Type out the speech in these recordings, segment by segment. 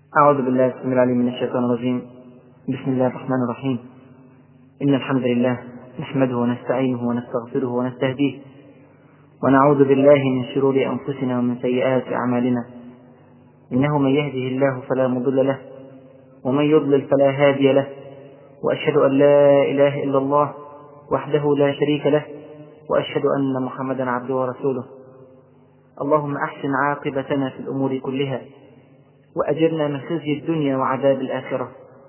أعوذ بالله السميع العليم من الشيطان الرجيم. بسم الله الرحمن الرحيم. إن الحمد لله نحمده ونستعينه ونستغفره ونستهديه، ونعوذ بالله من شرور أنفسنا ومن سيئات أعمالنا. إنه من يهده الله فلا مضل له، ومن يضلل فلا هادي له، وأشهد أن لا إله إلا الله وحده لا شريك له، وأشهد أن محمدا عبده ورسوله. اللهم أحسن عاقبتنا في الأمور كلها، وأجرنا من خزي الدنيا وعذاب الآخرة.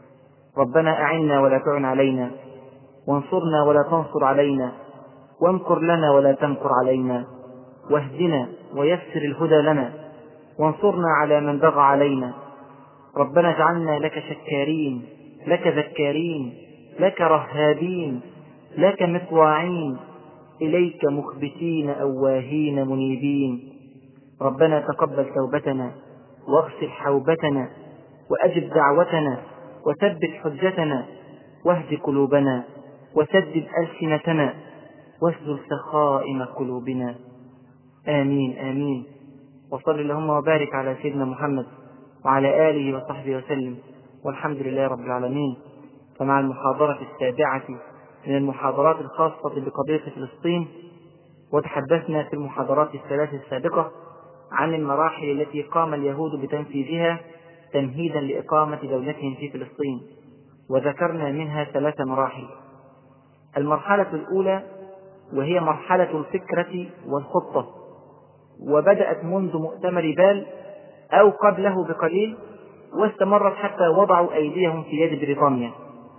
ربنا أعنا ولا تعن علينا، وانصرنا ولا تنصر علينا، وامكر لنا ولا تمكر علينا، واهدنا ويسر الهدى لنا، وانصرنا على من بغى علينا. ربنا اجعلنا لك شكارين، لك ذكارين، لك رهابين، لك مطواعين، إليك مخبتين أواهين منيبين. ربنا تقبل توبتنا، واغسل حوبتنا، وأجب دعوتنا، وثبت حجتنا، واهد قلوبنا، وسدد ألسنتنا، واسلل سخائم قلوبنا. آمين آمين. وصل اللهم وبارك على سيدنا محمد وعلى آله وصحبه وسلم، والحمد لله رب العالمين. فمع المحاضرة السابعة من المحاضرات الخاصة بقضية فلسطين، وتحدثنا في المحاضرات الثلاث السابقة عن المراحل التي قام اليهود بتنفيذها تمهيدا لإقامة دولتهم في فلسطين، وذكرنا منها 3 مراحل. المرحلة الأولى وهي مرحلة الفكرة والخطة، وبدأت منذ مؤتمر بال أو قبله بقليل، واستمرت حتى وضعوا أيديهم في يد بريطانيا.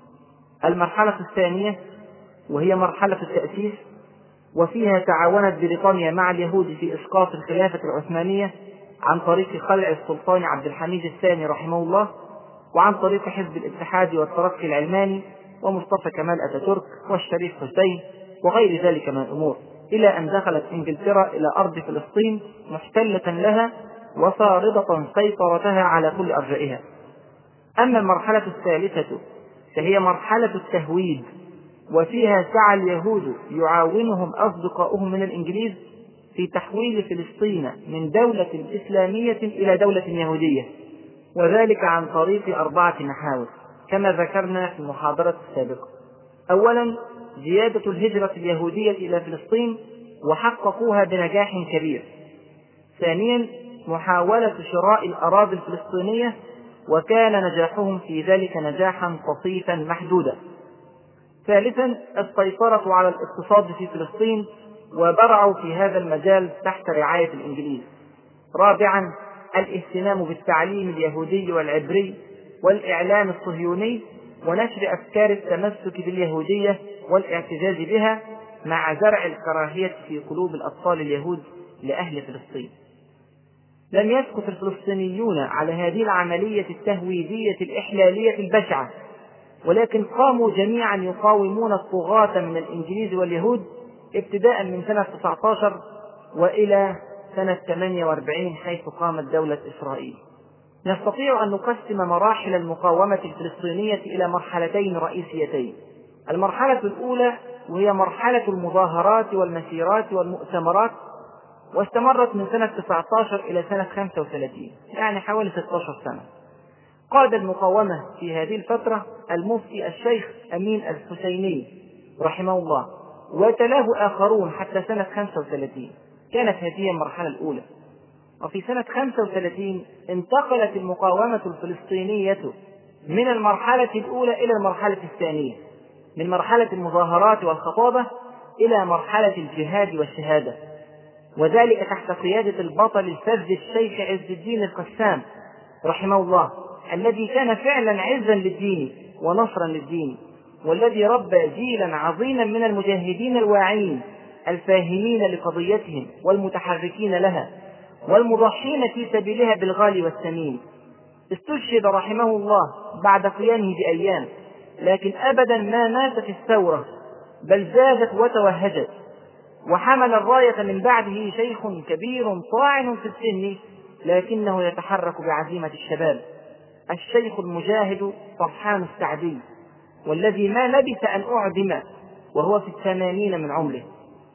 المرحلة الثانية وهي مرحلة التأسيس، وفيها تعاونت بريطانيا مع اليهود في إسقاط الخلافة العثمانية عن طريق خلع السلطان عبد الحميد الثاني رحمه الله، وعن طريق حزب الاتحاد والترقي العلماني ومصطفى كمال أتاتورك والشريف حسين وغير ذلك من الأمور، إلى أن دخلت إنجلترا إلى أرض فلسطين محتلة لها وفارضة سيطرتها على كل أرجائها. أما المرحلة الثالثة فهي مرحلة التهويد، وفيها سعى اليهود يعاونهم أصدقاؤهم من الإنجليز في تحويل فلسطين من دولة إسلامية إلى دولة يهودية، وذلك عن طريق 4 محاور كما ذكرنا في المحاضرة السابقة. أولا، زيادة الهجرة اليهودية إلى فلسطين وحققوها بنجاح كبير. ثانيا، محاولة شراء الأراضي الفلسطينية، وكان نجاحهم في ذلك نجاحا طفيفا محدودا. ثالثا، السيطرة على الاقتصاد في فلسطين، وبرعوا في هذا المجال تحت رعاية الإنجليز. رابعا، الاهتمام بالتعليم اليهودي والعبري والإعلام الصهيوني، ونشر أفكار التمسك باليهودية والاعتزاز بها، مع زرع الكراهية في قلوب الأطفال اليهود لأهل فلسطين. لم يسقط الفلسطينيون على هذه العملية التهويدية الإحلالية البشعة، ولكن قاموا جميعا يقاومون الطغاة من الإنجليز واليهود ابتداء من سنة 19 وإلى سنة 48 حيث قامت دولة إسرائيل. نستطيع أن نقسم مراحل المقاومة الفلسطينية إلى مرحلتين رئيسيتين. المرحلة الأولى وهي مرحلة المظاهرات والمسيرات والمؤتمرات، واستمرت من سنة 19 إلى سنة 35، يعني حوالي 16 سنة. قاد المقاومة في هذه الفترة المفتي الشيخ أمين الحسيني رحمه الله، وتلاه آخرون حتى سنة 35. كانت هذه المرحلة الأولى. وفي سنة 35 انتقلت المقاومة الفلسطينية من المرحلة الأولى إلى المرحلة الثانية، من مرحلة المظاهرات والخطابة إلى مرحلة الجهاد والشهادة، وذلك تحت قيادة البطل الفذ الشيخ عز الدين القسام رحمه الله، الذي كان فعلا عزا للدين ونصرا للدين، والذي ربى جيلا عظيما من المجاهدين الواعين الفاهمين لقضيتهم والمتحركين لها والمضحين في سبيلها بالغالي والثمين. استشهد رحمه الله بعد قيامه بأيام، لكن أبدا ما مات في الثورة، بل زادت وتوهجت. وحمل الراية من بعده شيخ كبير طاعن في السن، لكنه يتحرك بعزيمة الشباب، الشيخ المجاهد فرحان السعدي، والذي ما لبث أن أعدم وهو في 80 من عمره.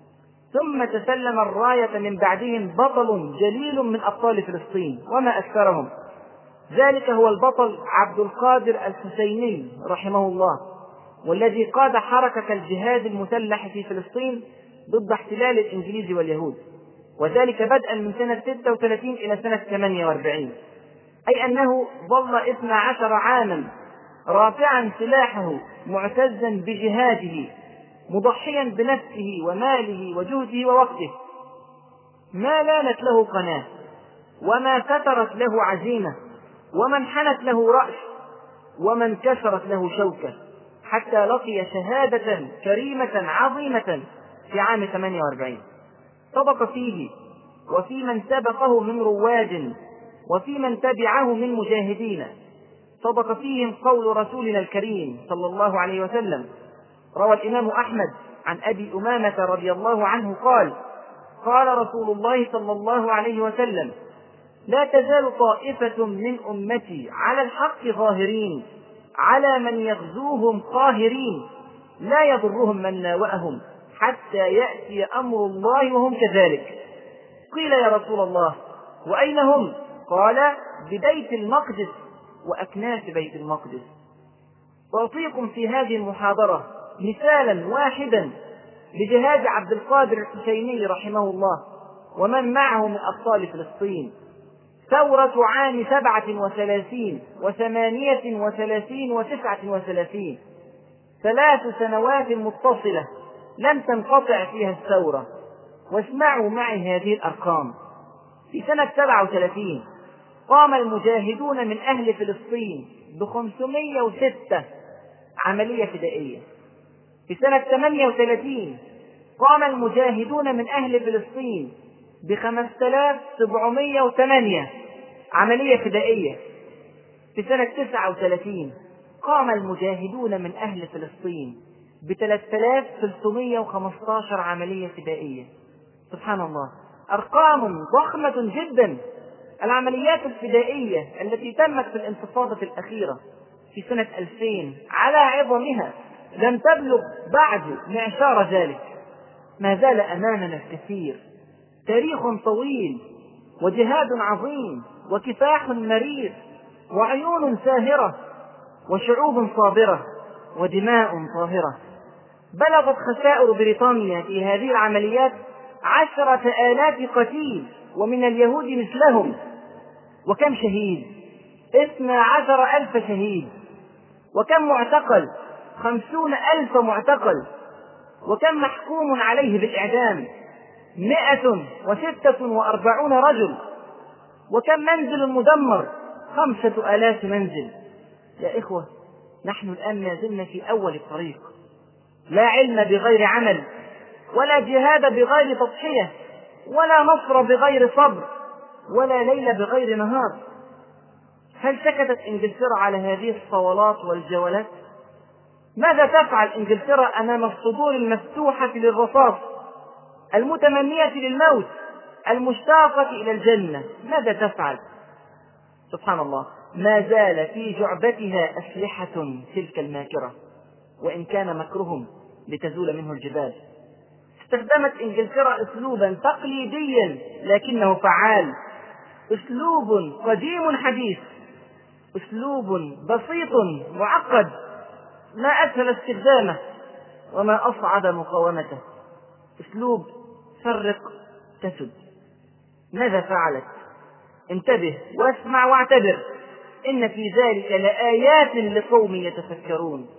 ثم تسلم الراية من بعدهم بطل جليل من أبطال فلسطين وما أكثرهم، ذلك هو البطل عبد القادر الحسيني رحمه الله، والذي قاد حركة الجهاد المسلح في فلسطين ضد احتلال الإنجليز واليهود، وذلك بدءا من سنة 36 إلى سنة 48، أي أنه ظل 12 عاما رافعا سلاحه معتزا بجهاده مضحيا بنفسه وماله وجهده ووقته، ما لانت له قناة وما فترت له عزيمة وما انحنت له رأس وما انكسرت له شوكة، حتى لقي شهادة كريمة عظيمة في عام 48. صدق فيه وفي من سبقه من رواد وفي من تبعه من مجاهدين، صدق فيهم قول رسولنا الكريم صلى الله عليه وسلم. روى الإمام أحمد عن أبي أمامة رضي الله عنه قال: قال رسول الله صلى الله عليه وسلم: لا تزال طائفة من أمتي على الحق ظاهرين على من يغزوهم قاهرين لا يضرهم من ناوأهم حتى يأتي أمر الله وهم كذلك. قيل: يا رسول الله وأين هم؟ قال: ببيت المقدس وأكناف بيت المقدس. وأعطيكم في هذه المحاضرة مثالا واحدا لجهاد عبد القادر الحسيني رحمه الله ومن معه من أبطال فلسطين. ثورة عام 37 و38 و39، 3 سنوات متصلة لم تنقطع فيها الثورة. واسمعوا معي هذه الأرقام: في سنة 37 قام المجاهدون من أهل فلسطين ب506 عملية فدائية. في سنة 38 قام المجاهدون من أهل فلسطين ب5708 عملية فدائية. في سنة 39 قام المجاهدون من أهل فلسطين ب3315 عملية فدائية. سبحان الله، أرقام ضخمة جدا. العمليات الفدائية التي تمت في الانتفاضة الأخيرة في سنة 2000 على عظمها لم تبلغ بعد معشار ذلك. ما زال أمامنا الكثير، تاريخ طويل وجهاد عظيم وكفاح مرير وعيون ساهرة وشعوب صابرة ودماء طاهرة. بلغت خسائر بريطانيا في هذه العمليات 10,000 قتيل ومن اليهود مثلهم. وكم شهيد؟ 12,000 شهيد. وكم معتقل؟ 50,000 معتقل. وكم محكوم عليه بالإعدام؟ 146 رجل. وكم منزل مدمر؟ 5,000 منزل. يا إخوة، نحن الآن ما زلنا في أول الطريق. لا علم بغير عمل، ولا جهاد بغير تضحية، ولا نصر بغير صبر، ولا ليل بغير نهار. هل سكتت إنجلترا على هذه الصولات والجولات؟ ماذا تفعل إنجلترا أمام الصدور المفتوحة للرصاص، المتمنية للموت، المشتاقة إلى الجنة؟ ماذا تفعل؟ سبحان الله، ما زال في جعبتها أسلحة تلك الماكرة، وإن كان مكرهم لتزول منه الجبال. استخدمت إنجلترا أسلوبا تقليديا لكنه فعال، أسلوب قديم حديث، أسلوب بسيط معقد، ما أسهل استخدامه وما أصعب مقاومته. أسلوب فرق تسد. ماذا فعلت؟ انتبه واسمع واعتبر، إن في ذلك لآيات لقوم يتفكرون.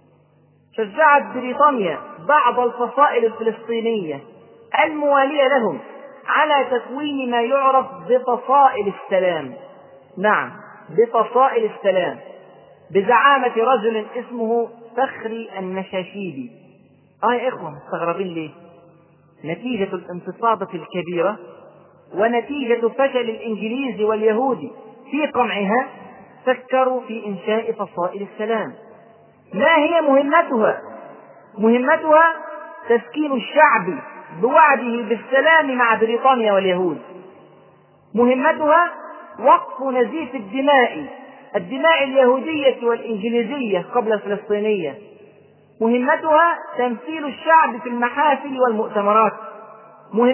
شجعت بريطانيا بعض الفصائل الفلسطينية الموالية لهم على تكوين ما يعرف بفصائل السلام. نعم، بفصائل السلام، بزعامة رجل اسمه فخري النشاشيبي. يا إخوة، مستغربين ليه؟ نتيجة الانتصابة الكبيرة ونتيجة فشل الإنجليز واليهود في قمعها فكروا في إنشاء فصائل السلام. ما هي مهمتها؟ مهمتها تسكين الشعب بوعده بالسلام مع بريطانيا واليهود. مهمتها وقف نزيف الدماء اليهودية والإنجليزية قبل الفلسطينية. مهمتها تمثيل الشعب في المحافل والمؤتمرات.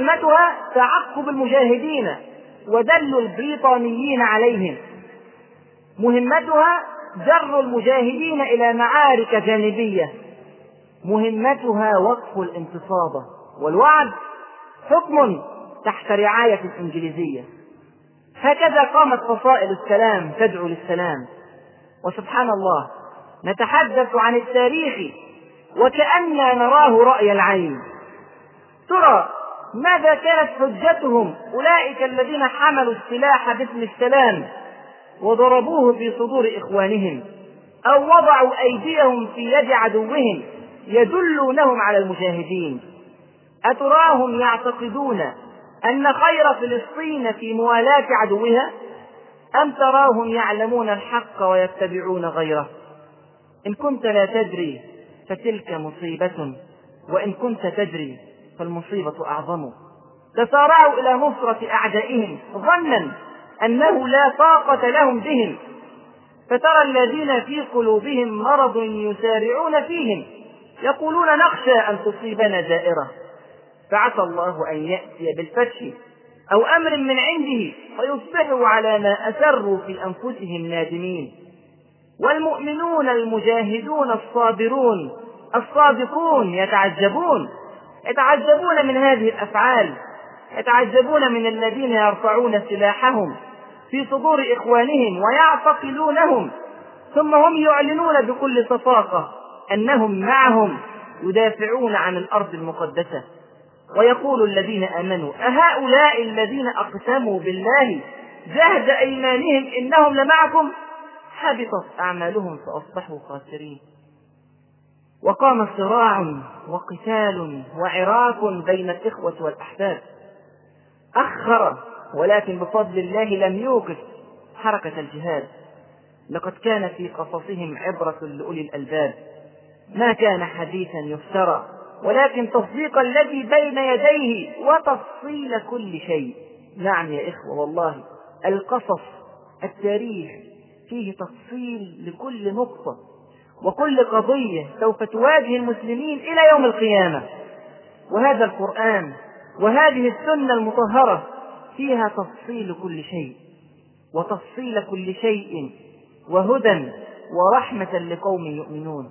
مهمتها تعقب المجاهدين ودل البريطانيين عليهم. مهمتها جر المجاهدين إلى معارك جانبية، مهمتها وقف الانتصابة، والوعد حكم تحت رعاية إنجليزية. هكذا قامت فصائل السلام تدعو للسلام. وسبحان الله، نتحدث عن التاريخ وكأننا نراه رأي العين. ترى ماذا كانت حجتهم أولئك الذين حملوا السلاح باسم السلام وضربوه في صدور إخوانهم، أو وضعوا أيديهم في يد عدوهم يدلونهم على المجاهدين؟ أتراهم يعتقدون أن خير فلسطين في موالاة عدوها، أم تراهم يعلمون الحق ويتبعون غيره؟ إن كنت لا تدري فتلك مصيبة، وإن كنت تدري فالمصيبة أعظم. تسارعوا إلى نصرة أعدائهم ظنا أنه لا طاقة لهم بهم، فترى الذين في قلوبهم مرض يسارعون فيهم يقولون نخشى أن تصيبنا دائرة، فعسى الله أن يأتي بالفتح أو أمر من عنده فيصبحوا على ما أسروا في أنفسهم نادمين. والمؤمنون المجاهدون الصابرون الصادقون يتعجبون من هذه الأفعال، يتعجبون من الذين يرفعون سلاحهم في صدور إخوانهم ويعتقلونهم، ثم هم يعلنون بكل صفاقة أنهم معهم يدافعون عن الأرض المقدسة. ويقول الذين آمنوا أهؤلاء الذين أقسموا بالله جهد أيمانهم إنهم لمعكم، حبطت أعمالهم فأصبحوا خاسرين. وقام صراع وقتال وعراك بين الإخوة والأحباب، أخر ولكن بفضل الله لم يوقف حركة الجهاد. لقد كان في قصصهم عبرة لأولي الألباب، ما كان حديثا يفترى ولكن تصديق الذي بين يديه وتفصيل كل شيء. نعم يا إخوة، والله القصص التاريخ فيه تفصيل لكل نقطة وكل قضية سوف تواجه المسلمين إلى يوم القيامة. وهذا القرآن وهذه السنة المطهرة فيها تفصيل كل شيء، وتفصيل كل شيء وهدى ورحمة لقوم يؤمنون.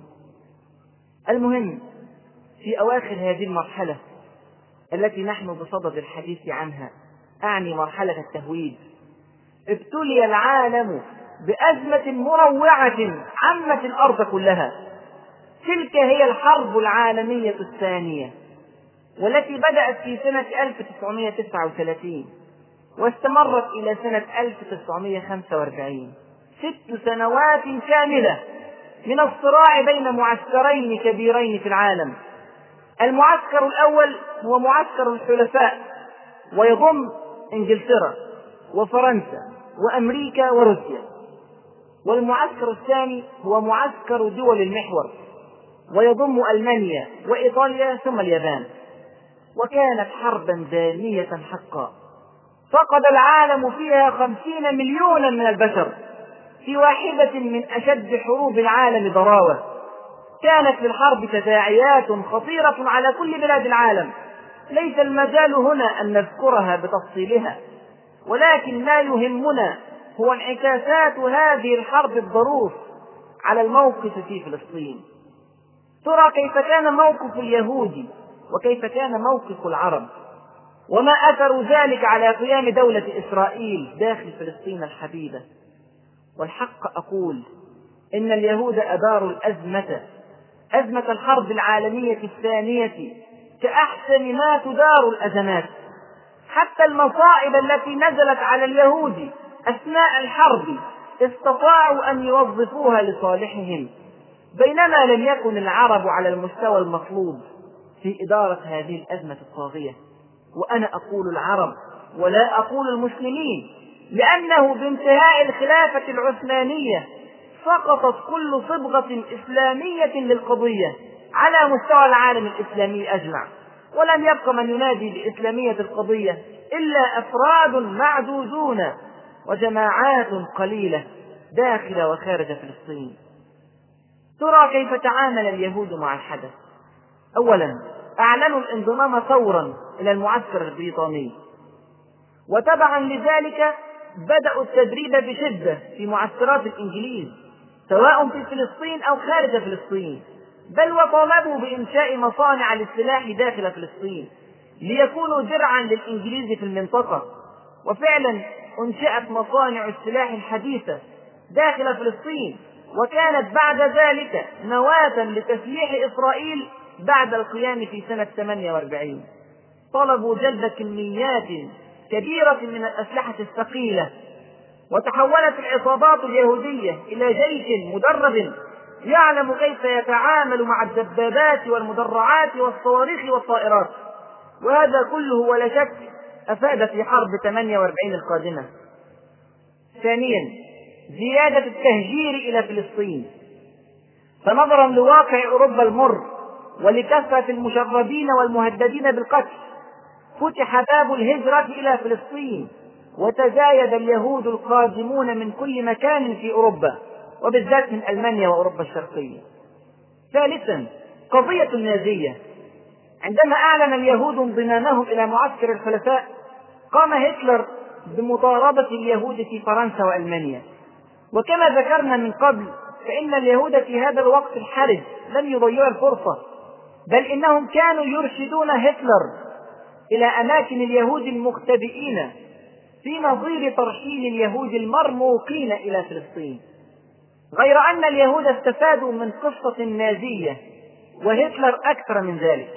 المهم، في أواخر هذه المرحلة التي نحن بصدد الحديث عنها، أعني مرحلة التهويد، ابتلي العالم بأزمة مروعة عمت الأرض كلها. تلك هي الحرب العالمية الثانية، والتي بدأت في سنة 1939 واستمرت إلى سنة 1945، 6 سنوات كاملة من الصراع بين معسكرين كبيرين في العالم. المعسكر الأول هو معسكر الحلفاء، ويضم إنجلترا وفرنسا وأمريكا وروسيا. والمعسكر الثاني هو معسكر دول المحور، ويضم ألمانيا وإيطاليا ثم اليابان. وكانت حربا دامية حقا، فقد العالم فيها 50 مليونا من البشر في واحدة من أشد حروب العالم ضراوة. كانت للحرب تداعيات خطيرة على كل بلاد العالم، ليس المجال هنا أن نذكرها بتفصيلها، ولكن ما يهمنا هو انعكاسات هذه الحرب الضروس على الموقف في فلسطين. ترى كيف كان موقف اليهود وكيف كان موقف العرب، وما أثر ذلك على قيام دولة إسرائيل داخل فلسطين الحبيبة. والحق أقول إن اليهود أداروا أزمة الحرب العالمية الثانية كأحسن ما تدار الأزمات. حتى المصائب التي نزلت على اليهود أثناء الحرب استطاعوا أن يوظفوها لصالحهم، بينما لم يكن العرب على المستوى المطلوب في إدارة هذه الأزمة الطاغية. وأنا أقول العرب ولا أقول المسلمين، لأنه بانتهاء الخلافة العثمانية سقطت كل صبغة إسلامية للقضية على مستوى العالم الإسلامي أجمع، ولم يبق من ينادي بإسلامية القضية إلا أفراد معدودون وجماعات قليلة داخل وخارج فلسطين. ترى كيف تعامل اليهود مع الحدث. أولا، أعلنوا الانضمام فورا إلى المعسكر البريطاني، وتبعا لذلك بدأوا التدريب بشدة في معسكرات الإنجليز سواء في فلسطين أو خارج فلسطين، بل وطالبوا بإنشاء مصانع للسلاح داخل فلسطين ليكونوا درعا للإنجليز في المنطقة. وفعلا أنشأت مصانع السلاح الحديثة داخل فلسطين، وكانت بعد ذلك نواة لتسليح إسرائيل بعد القيام في سنة 48. طلبوا جلب كميات كبيرة من الأسلحة الثقيلة، وتحولت العصابات اليهودية إلى جيش مدرب يعلم كيف يتعامل مع الدبابات والمدرعات والصواريخ والطائرات، وهذا كله ولا شك أفاد في حرب 48 القادمة. ثانيا، زيادة التهجير إلى فلسطين. فنظرا لواقع أوروبا المر ولكثرة المشردين والمهددين بالقتل فتح باب الهجرة إلى فلسطين، وتزايد اليهود القادمون من كل مكان في أوروبا وبالذات من ألمانيا وأوروبا الشرقية. ثالثا، قضية النازية. عندما أعلن اليهود انضمامهم إلى معسكر الحلفاء قام هتلر بمطاردة اليهود في فرنسا وألمانيا، وكما ذكرنا من قبل فإن اليهود في هذا الوقت الحرج لم يضيعوا الفرصة، بل إنهم كانوا يرشدون هتلر إلى أماكن اليهود المختبئين في نظير ترحيل اليهود المرموقين إلى فلسطين. غير أن اليهود استفادوا من قصة نازية وهتلر أكثر من ذلك،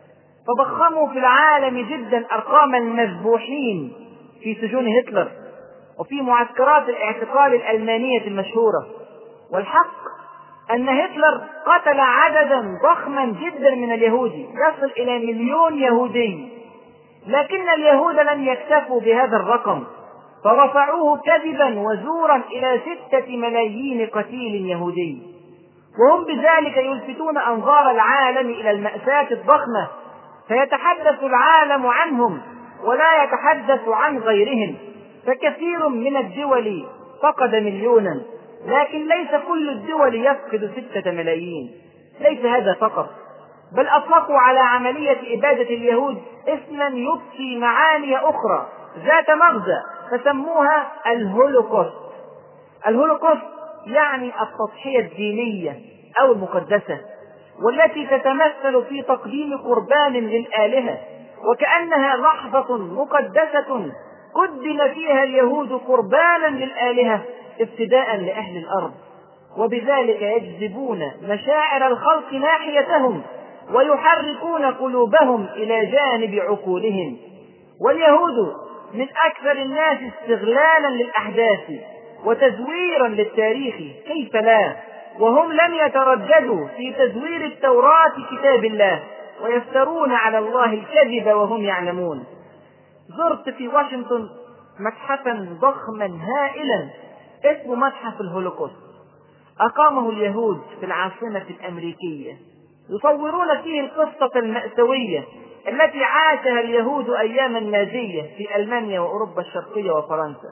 فضخموا في العالم جدا أرقام المذبوحين في سجون هتلر وفي معسكرات الاعتقال الألمانية المشهورة. والحق أن هتلر قتل عددا ضخما جدا من اليهود يصل إلى 1,000,000 يهودي، لكن اليهود لم يكتفوا بهذا الرقم، فرفعوه كذبا وزورا إلى 6 ملايين قتيل يهودي، وهم بذلك يلفتون أنظار العالم إلى المأساة الضخمة، فيتحدث العالم عنهم ولا يتحدث عن غيرهم. فكثير من الدول فقد 1,000,000، لكن ليس كل الدول يفقد 6 ملايين. ليس هذا فقط، بل أطلقوا على عملية إبادة اليهود اسما يضفي معاني أخرى ذات مغزى، فسموها الهولوكوست. الهولوكوست يعني التضحية الدينية أو المقدسة، والتي تتمثل في تقديم قربان للآلهة، وكأنها لحظة مقدسة قدم فيها اليهود قربانا للآلهة ابتداء لأهل الأرض، وبذلك يجذبون مشاعر الخلق ناحيتهم ويحركون قلوبهم إلى جانب عقولهم. واليهود من أكثر الناس استغلالا للأحداث وتزويرا للتاريخ، كيف لا، وهم لم يترددوا في تزوير التوراة كتاب الله ويفترون على الله الكذب وهم يعلمون. زرت في واشنطن متحفا ضخما هائلا اسمه متحف الهولوكوست، أقامه اليهود في العاصمة الأمريكية، يصورون فيه القصة المأساوية التي عاشها اليهود أيام النازية في ألمانيا وأوروبا الشرقية وفرنسا،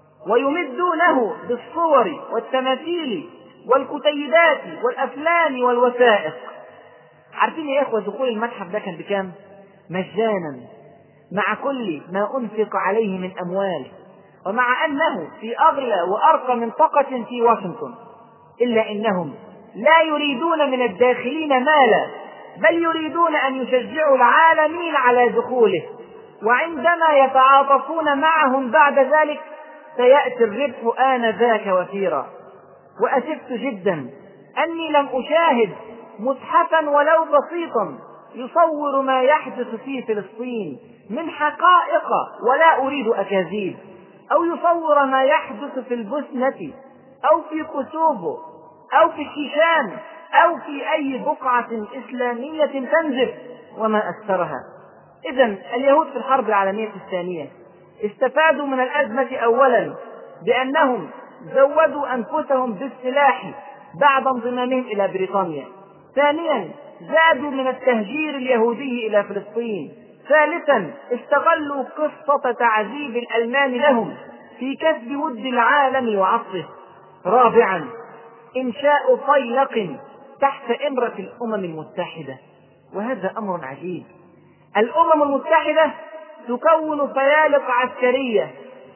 ويمدونه بالصور والتماثيل والكتيبات والأفلام والوثائق. عارفين يا إخوة دخول المتحف ده كان بكام؟ مجانا، مع كل ما أنفق عليه من أموال، ومع أنه في أغلى وأرقى منطقة في واشنطن، إلا إنهم لا يريدون من الداخلين مالا، بل يريدون أن يشجعوا العالمين على دخوله، وعندما يتعاطفون معهم بعد ذلك سيأتي الربح آنذاك وفيرا. وأسفت جدا أني لم أشاهد متحفا ولو بسيطا يصور ما يحدث في فلسطين من حقائق، ولا أريد أكاذيب، أو يصور ما يحدث في البوسنة أو في كوسوفو أو في الشيشان أو في أي بقعة إسلامية تنزف وما أكثرها. إذن اليهود في الحرب العالمية الثانية استفادوا من الأزمة أولا بأنهم زودوا أنفسهم بالسلاح بعد انضمامهم إلى بريطانيا، ثانيا زادوا من التهجير اليهودي إلى فلسطين، ثالثا استغلوا قصة تعذيب الألمان لهم في كسب ود العالم وعطفه، رابعا إنشاء فيلق تحت إمرة الأمم المتحدة. وهذا أمر عجيب، الأمم المتحدة تكون فيالق عسكرية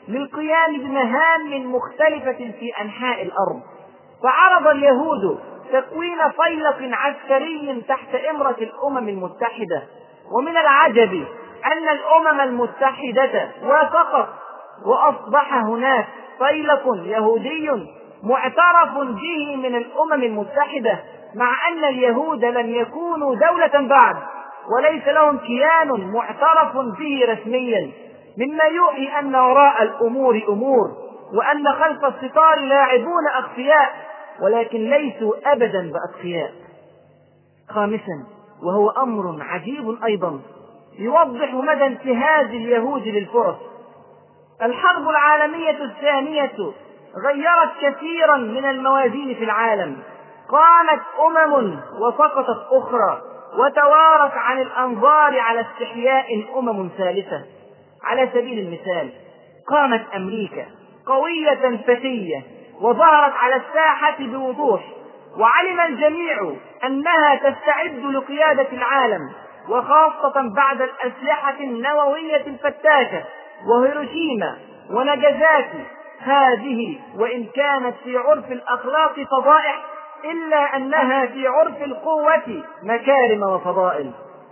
للقيام بمهام مختلفة في أنحاء الأرض. فعرض اليهود تكوين فيلق عسكري تحت إمرة الأمم المتحدة. ومن العجب أن الأمم المتحدة وافقت، وأصبح هناك فيلق يهودي معترف به من الأمم المتحدة، مع أن اليهود لم يكونوا دولة بعد، وليس لهم كيان معترف به رسميا، مما يوحي أن وراء الأمور أمور، وأن خلف الستار لاعبون أخفياء، ولكن ليسوا أبدا بأتقياء. خامسا، وهو أمر عجيب أيضا يوضح مدى انتهاز اليهود للفرص، الحرب العالمية الثانية غيرت كثيرا من الموازين في العالم. قامت أمم وسقطت أخرى، وتوارت عن الأنظار على استحياء أمم ثالثة. على سبيل المثال، قامت أمريكا قوية فتية وظهرت على الساحة بوضوح، وعلم الجميع أنها تستعد لقيادة العالم، وخاصة بعد الأسلحة النووية الفتاكة وهيروشيما وناجازاكي. هذه وإن كانت في عرف الأخلاق فضائح، إلا أنها في عرف القوة مكارم وفضائل.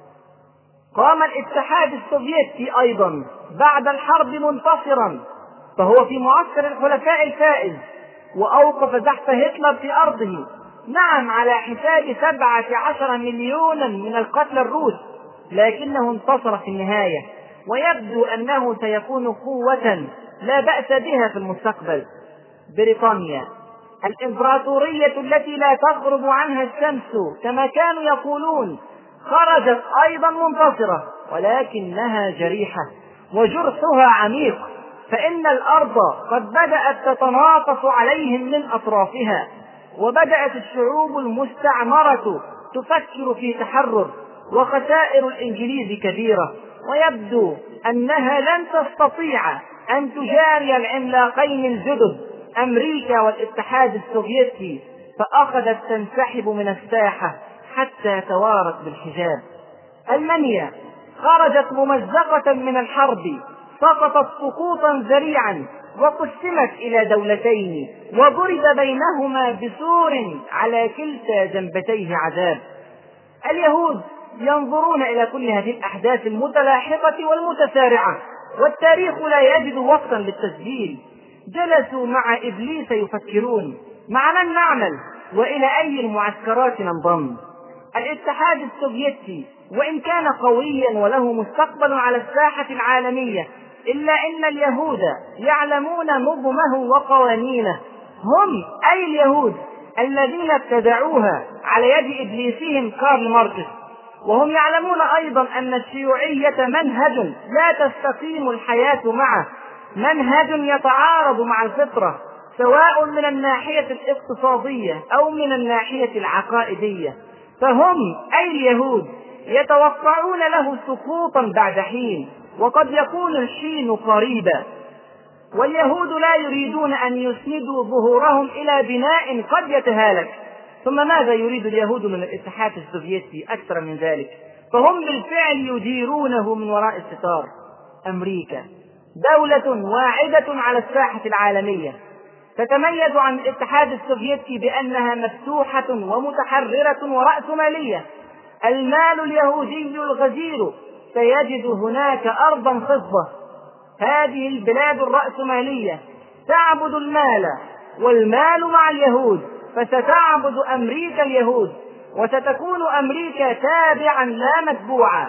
قام الاتحاد السوفيتي أيضا بعد الحرب منتصرا، فهو في معسكر الحلفاء الفائز، وأوقف زحف هتلر في أرضه، نعم على حساب 17 مليونا من القتلى الروس، لكنه انتصر في النهاية، ويبدو أنه سيكون قوة لا بأس بها في المستقبل. بريطانيا الإمبراطورية التي لا تغرب عنها الشمس كما كانوا يقولون، خرجت أيضا منتصرة، ولكنها جريحة وجرحها عميق، فإن الأرض قد بدأت تتناقص عليهم من أطرافها، وبدأت الشعوب المستعمرة تفكر في تحرر، وخسائر الإنجليز كبيرة، ويبدو أنها لن تستطيع أن تجاري العملاقين الجدد أمريكا والاتحاد السوفيتي، فأخذت تنسحب من الساحة حتى توارت بالحجاب. ألمانيا خرجت ممزقة من الحرب، سقطت سقوطا ذريعا، وقسمت إلى دولتين، وضرب بينهما بسور على كلتا جنبتيه عذاب. اليهود ينظرون إلى كل هذه الأحداث المتلاحقة والمتسارعة، والتاريخ لا يجد وقتا للتسجيل. جلسوا مع إبليس يفكرون مع من نعمل، وإلى أي المعسكرات ننضم. الاتحاد السوفيتي وإن كان قويا وله مستقبل على الساحة العالمية، إلا إن اليهود يعلمون نظمه وقوانينه. هم أي اليهود الذين ابتدعوها على يد إبليسهم كارل ماركس، وهم يعلمون أيضا أن الشيوعية منهج لا تستقيم الحياة معه، منهج يتعارض مع الفطرة، سواء من الناحية الاقتصادية أو من الناحية العقائدية. فهم أي اليهود يتوقعون له سقوطا بعد حين، وقد يكون الحين قريبا. واليهود لا يريدون أن يسندوا ظهورهم إلى بناء قد يتهالك. ثم ماذا يريد اليهود من الاتحاد السوفيتي أكثر من ذلك؟ فهم بالفعل يديرونه من وراء الستار. أمريكا دولة واعدة على الساحة العالمية، تتميز عن الاتحاد السوفيتي بأنها مفتوحة ومتحررة ورأسمالية. المال اليهودي الغزير سيجد هناك أرضا خصبة. هذه البلاد الرأسمالية تعبد المال، والمال مع اليهود، فستعبد أمريكا اليهود، وستكون أمريكا تابعا لا متبوعا،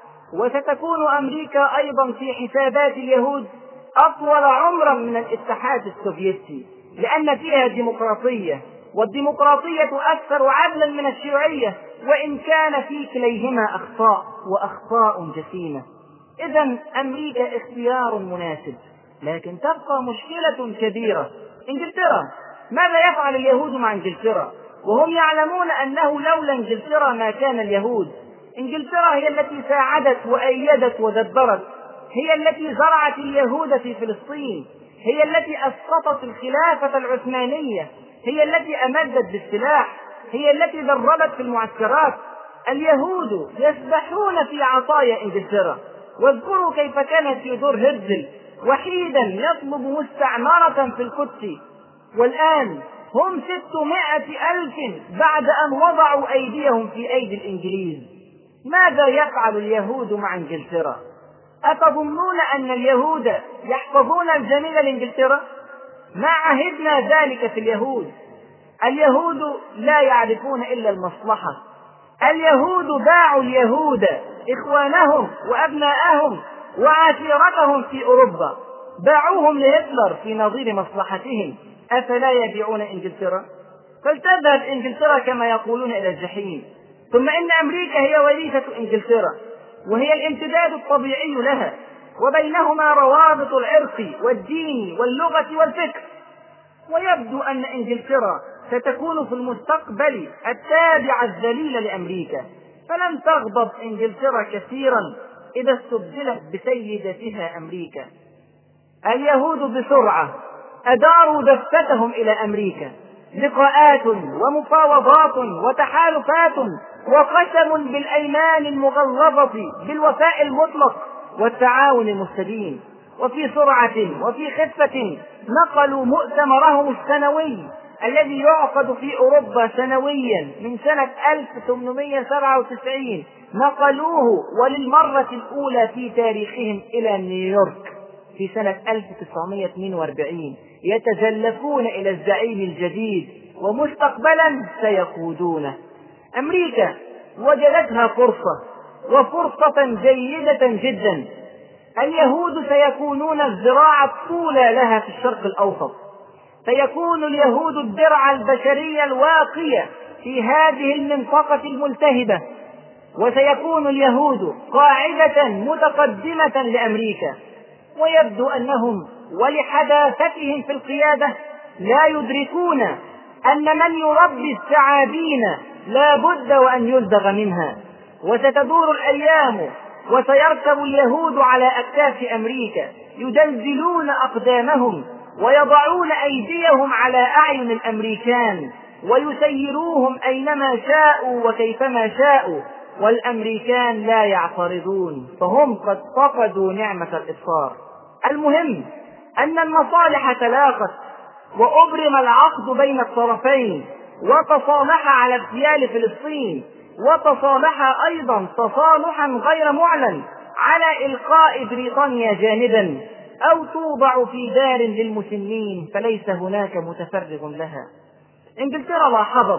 وستكون أمريكا أيضا في حسابات اليهود أطول عمرا من الاتحاد السوفيتي، لأن فيها ديمقراطية، والديمقراطية أكثر عدلا من الشيوعية، وإن كان في كليهما أخطاء وأخطاء جسيمة. إذن أمريكا اختيار مناسب، لكن تبقى مشكلة كبيرة. إنجلترا، ماذا يفعل اليهود مع إنجلترا وهم يعلمون أنه لولا إنجلترا ما كان اليهود؟ إنجلترا هي التي ساعدت وأيدت ودبرت، هي التي زرعت اليهود في فلسطين، هي التي أسقطت الخلافة العثمانية، هي التي أمدت بالسلاح، هي التي دربت في المعسكرات. اليهود يسبحون في عطايا إنجلترا. واذكروا كيف كان تيودور هيرزل وحيدا يطلب مستعمرة في القدس، والآن هم 600,000 بعد أن وضعوا أيديهم في أيدي الإنجليز. ماذا يفعل اليهود مع إنجلترا؟ أتظنون أن اليهود يحفظون الجميل لإنجلترا؟ ما عهدنا ذلك في اليهود. اليهود لا يعرفون إلا المصلحة. اليهود باعوا اليهود إخوانهم وأبناءهم وعشيرتهم في أوروبا، باعوهم لهتلر في نظير مصلحتهم. أفلا يبيعون إنجلترا؟ فلتذهب إنجلترا كما يقولون إلى الجحيم، ثم إن أمريكا هي وريثة إنجلترا وهي الامتداد الطبيعي لها، وبينهما روابط العرق والدين واللغة والفكر. ويبدو أن إنجلترا ستكون في المستقبل التابعة الذليلة لأمريكا، فلن تغضب إنجلترا كثيرا إذا استبدلت بسيدتها أمريكا. اليهود بسرعة أداروا دفتهم إلى أمريكا، لقاءات ومفاوضات وتحالفات وقسم بالأيمان المغلظة بالوفاء المطلق والتعاون المستديم. وفي سرعة وفي خفة نقلوا مؤتمرهم السنوي الذي يعقد في أوروبا سنويا من سنة 1897، نقلوه وللمرة الأولى في تاريخهم إلى نيويورك في سنة 1942، يتزلفون إلى الزعيم الجديد ومستقبلا سيقودونه. أمريكا وجدتها فرصة، وفرصة جيدة جدا. اليهود سيكونون الذراع الطولى لها في الشرق الأوسط، سيكون اليهود الدرع البشري الواقية في هذه المنطقة الملتهبة، وسيكون اليهود قاعدة متقدمة لأمريكا. ويبدو أنهم ولحداثتهم في القيادة لا يدركون أن من يربي الثعابين لا بد وأن يلدغ منها. وستدور الأيام وسيركب اليهود على أكتاف أمريكا، يدلدلون أقدامهم ويضعون أيديهم على أعين الأمريكان ويسيروهم أينما شاءوا وكيفما شاءوا، والأمريكان لا يعترضون، فهم قد فقدوا نعمة الإبصار. المهم أن المصالح تلاقت وأبرم العقد بين الطرفين، وتصالح على اغتيال فلسطين، وتصالح أيضا تصالحا غير معلن على إلقاء بريطانيا جانبا أو توضع في دار للمسنين فليس هناك متفرغ لها. إنجلترا لاحظت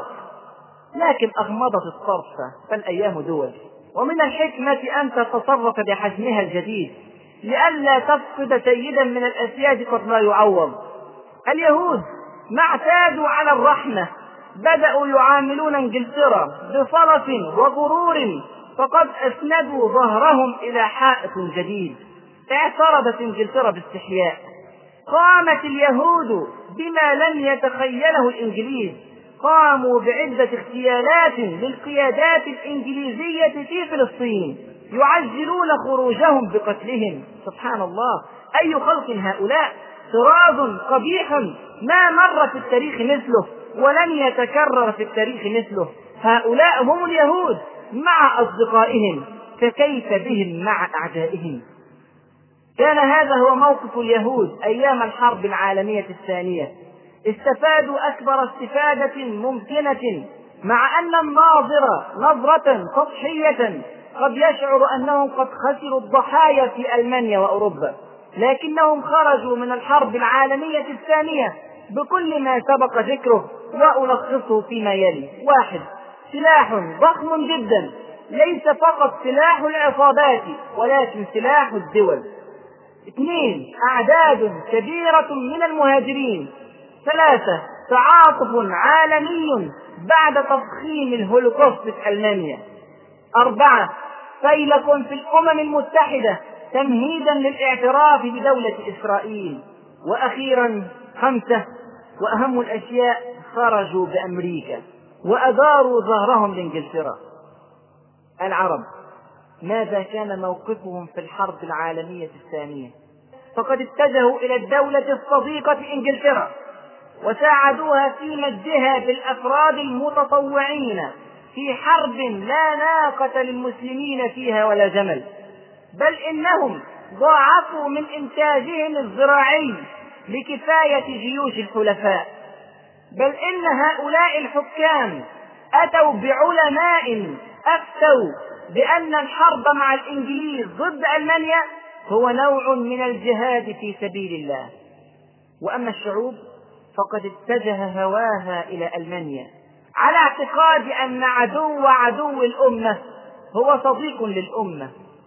لكن أغمضت الطرف، فالأيام دول، ومن الحكمة أن تتصرف بحجمها الجديد لئلا تفقد سيدا من الأسياد قد لا يعوض. اليهود ما اعتادوا على الرحمة، بدأوا يعاملون إنجلترا بصلف وغرور، فقد أسندوا ظهرهم إلى حائط جديد. اعترضت إنجلترا باستحياء، قامت اليهود بما لم يتخيله الإنجليز، قاموا بعدة اغتيالات للقيادات الإنجليزية في فلسطين، يعجلون خروجهم بقتلهم. سبحان الله، أي خلق هؤلاء! طراز قبيح ما مر في التاريخ مثله ولن يتكرر في التاريخ مثله. هؤلاء هم اليهود مع أصدقائهم، فكيف بهم مع أعدائهم؟ كان هذا هو موقف اليهود أيام الحرب العالمية الثانية. استفادوا أكبر استفادة ممكنة، مع أن الناظر نظرة سطحية قد يشعر أنهم قد خسروا الضحايا في ألمانيا وأوروبا، لكنهم خرجوا من الحرب العالمية الثانية بكل ما سبق ذكره، وألخصه فيما يلي: 1. سلاح ضخم جدا، ليس فقط سلاح العصابات ولكن سلاح الدول. 2. أعداد كبيرة من المهاجرين. 3. تعاطف عالمي بعد تضخيم الهولوكوست في ألمانيا. 4. فيلق في الأمم المتحدة تمهيدا للاعتراف بدولة إسرائيل. وأخيرا 5. وأهم الأشياء: خرجوا بأمريكا وأداروا ظهرهم لإنجلترا. العرب ماذا كان موقفهم في الحرب العالمية الثانية؟ فقد اتجهوا إلى الدولة الصديقة إنجلترا وساعدوها في مجدها بالأفراد المتطوعين في حرب لا ناقة للمسلمين فيها ولا جمل، بل إنهم ضاعفوا من إنتاجهم الزراعي لكفاية جيوش الحلفاء، بل إن هؤلاء الحكام أتوا بعلماء أفتوا بأن الحرب مع الإنجليز ضد ألمانيا هو نوع من الجهاد في سبيل الله. وأما الشعوب فقد اتجه هواها إلى ألمانيا على اعتقاد أن عدو الأمة هو صديق للأمة،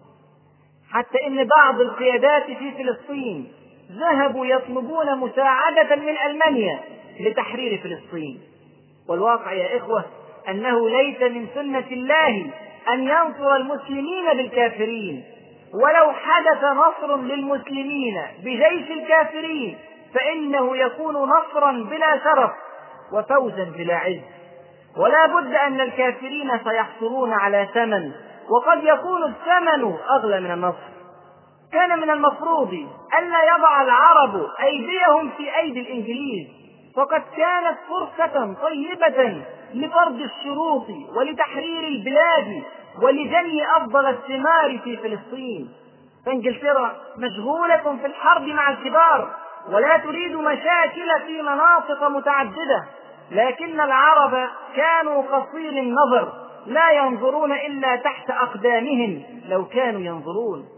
حتى إن بعض القيادات في فلسطين ذهبوا يطلبون مساعدة من ألمانيا لتحرير فلسطين. والواقع يا إخوة أنه ليس من سنة الله أن ينصر المسلمين بالكافرين، ولو حدث نصر للمسلمين بجيش الكافرين فإنه يكون نصرا بلا شرف وفوزا بلا عز. ولا بد أن الكافرين سيحصلون على ثمن، وقد يكون الثمن أغلى من النصر. كان من المفروض ألا يضع العرب أيديهم في أيدي الإنجليز، فقد كانت فرصة طيبة لفرض الشروط ولتحرير البلاد ولجني أفضل الثمار في فلسطين. فإنجلترا مشغولة في الحرب مع الكبار ولا تريد مشاكل في مناطق متعددة، لكن العرب كانوا قصير النظر لا ينظرون إلا تحت أقدامهم لو كانوا ينظرون.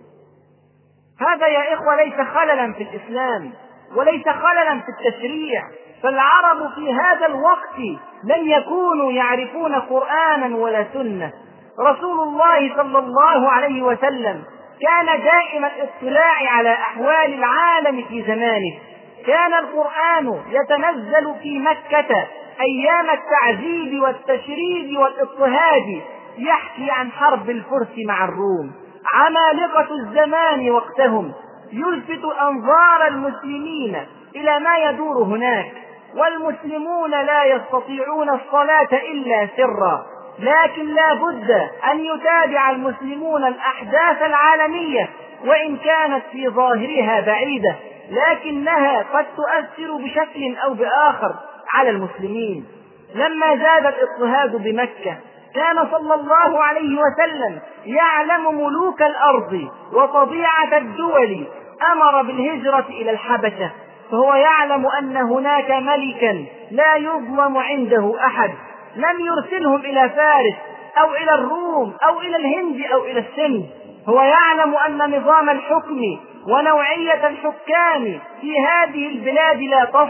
هذا يا إخوة ليس خللا في الإسلام وليس خللا في التشريع، فالعرب في هذا الوقت لم يكونوا يعرفون قرآنا ولا سنة. رسول الله صلى الله عليه وسلم كان دائم الاطلاع على أحوال العالم في زمانه. كان القرآن يتنزل في مكة أيام التعذيب والتشريد والاضطهاد، يحكي عن حرب الفرس مع الروم، عمالقة الزمان وقتهم، يلفت أنظار المسلمين إلى ما يدور هناك. والمسلمون لا يستطيعون الصلاة إلا سرا، لكن لا بد أن يتابع المسلمون الأحداث العالمية، وإن كانت في ظاهرها بعيدة لكنها قد تؤثر بشكل أو بآخر على المسلمين. لما زاد الاضطهاد بمكة كان صلى الله عليه وسلم يعلم ملوك الأرض وطبيعة الدول، أمر بالهجرة إلى الحبشة، فهو يعلم أن هناك ملكا لا يظلم عنده أحد، لم يرسلهم إلى فارس أو إلى الروم أو إلى الهند أو إلى السند. هو يعلم أن نظام الحكم ونوعية الحكام في هذه البلاد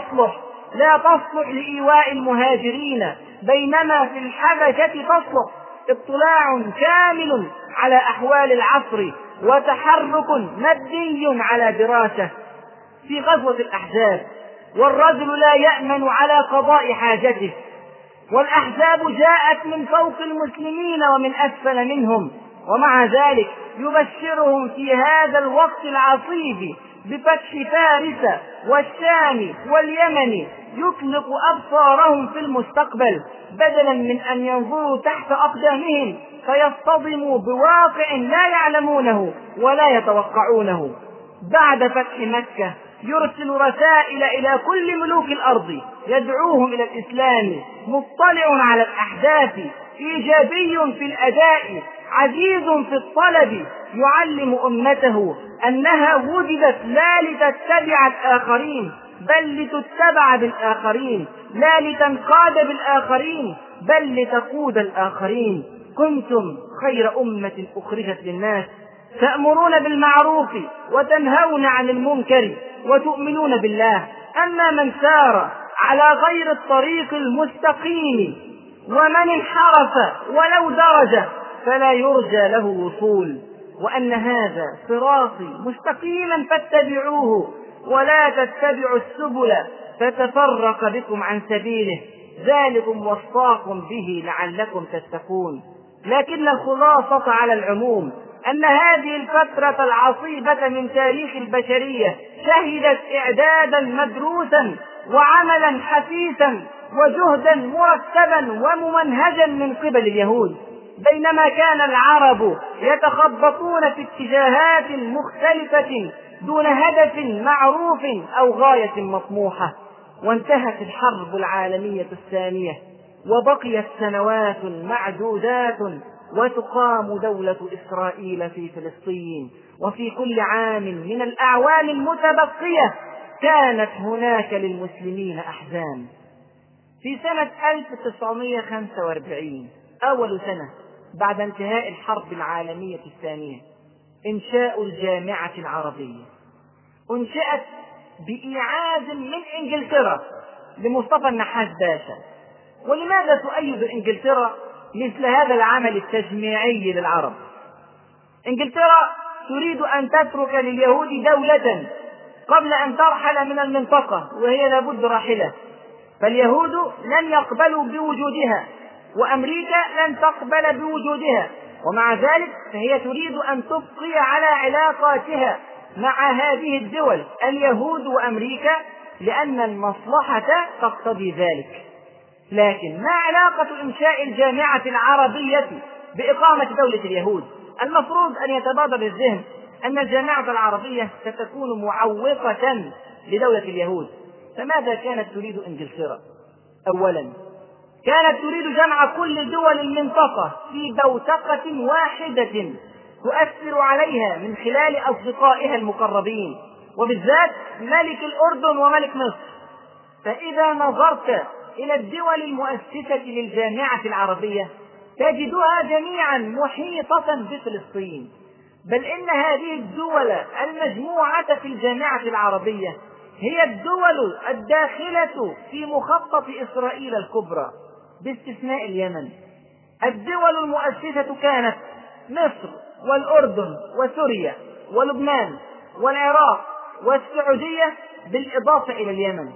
لا تصلح لإيواء المهاجرين، بينما في الحبشة تصلح. اطلاع كامل على أحوال العصر وتحرك مبني على دراسة. في غزوة الأحزاب والرجل لا يأمن على قضاء حاجته، والأحزاب جاءت من فوق المسلمين ومن أسفل منهم، ومع ذلك يبشرهم في هذا الوقت العصيب بفتح فارس والشام واليمن، يطلق أبصارهم في المستقبل بدلا من أن ينظروا تحت أقدامهم فيصطدموا بواقع لا يعلمونه ولا يتوقعونه. بعد فتح مكة يرسل رسائل إلى كل ملوك الأرض يدعوهم إلى الإسلام، مطلع على الأحداث، إيجابي في الأداء، عزيز في الطلب، يعلم أمته أنها وجدت لا لتتبع الآخرين بل لتتبع بالآخرين، لا لتنقاد بالآخرين بل لتقود الآخرين. كنتم خير أمة أخرجت للناس تأمرون بالمعروف وتنهون عن المنكر وتؤمنون بالله. أما من سار على غير الطريق المستقيم ومن انحرف ولو درجة فلا يرجى له وصول. وأن هذا صراطي مستقيما فاتبعوه ولا تتبعوا السبل فتفرق بكم عن سبيله، ذلكم وصاكم به لعلكم تتقون. لكن الخلاصة على العموم أن هذه الفترة العصيبة من تاريخ البشرية شهدت إعدادا مدروسا وعملا حثيثا وجهدا مرتبا وممنهجا من قبل اليهود، بينما كان العرب يتخبطون في اتجاهات مختلفة دون هدف معروف أو غاية مطموحة. وانتهت الحرب العالمية الثانية وبقيت سنوات معدودات وتقام دولة إسرائيل في فلسطين. وفي كل عام من الأعوام المتبقية كانت هناك للمسلمين أحزان. في سنة 1945 أول سنة بعد انتهاء الحرب العالمية الثانية، إنشاء الجامعة العربية أنشأت بإيعاد من إنجلترا لمصطفى النحاس باشا. ولماذا تؤيد إنجلترا مثل هذا العمل التجميعي للعرب؟ إنجلترا تريد أن تترك لليهود دولة قبل أن ترحل من المنطقة، وهي لابد راحلة، فاليهود لن يقبلوا بوجودها وأمريكا لن تقبل بوجودها، ومع ذلك فهي تريد أن تبقي على علاقاتها مع هذه الدول اليهود وأمريكا لأن المصلحة تقتضي ذلك. لكن ما علاقة إنشاء الجامعة العربية بإقامة دولة اليهود؟ المفروض أن يتبادر الذهن أن الجامعة العربية ستكون معوقة لدولة اليهود. فماذا كانت تريد إنجلترا؟ أولا كانت تريد جمع كل دول المنطقة في بوتقة واحدة تؤثر عليها من خلال أصدقائها المقربين، وبالذات ملك الأردن وملك مصر. فإذا نظرت إلى الدول المؤسسة للجامعة العربية تجدها جميعا محيطة بفلسطين، بل إن هذه الدول المجموعة في الجامعة العربية هي الدول الداخلة في مخطط إسرائيل الكبرى باستثناء اليمن. الدول المؤسسة كانت مصر والأردن وسوريا ولبنان والعراق والسعودية بالإضافة إلى اليمن،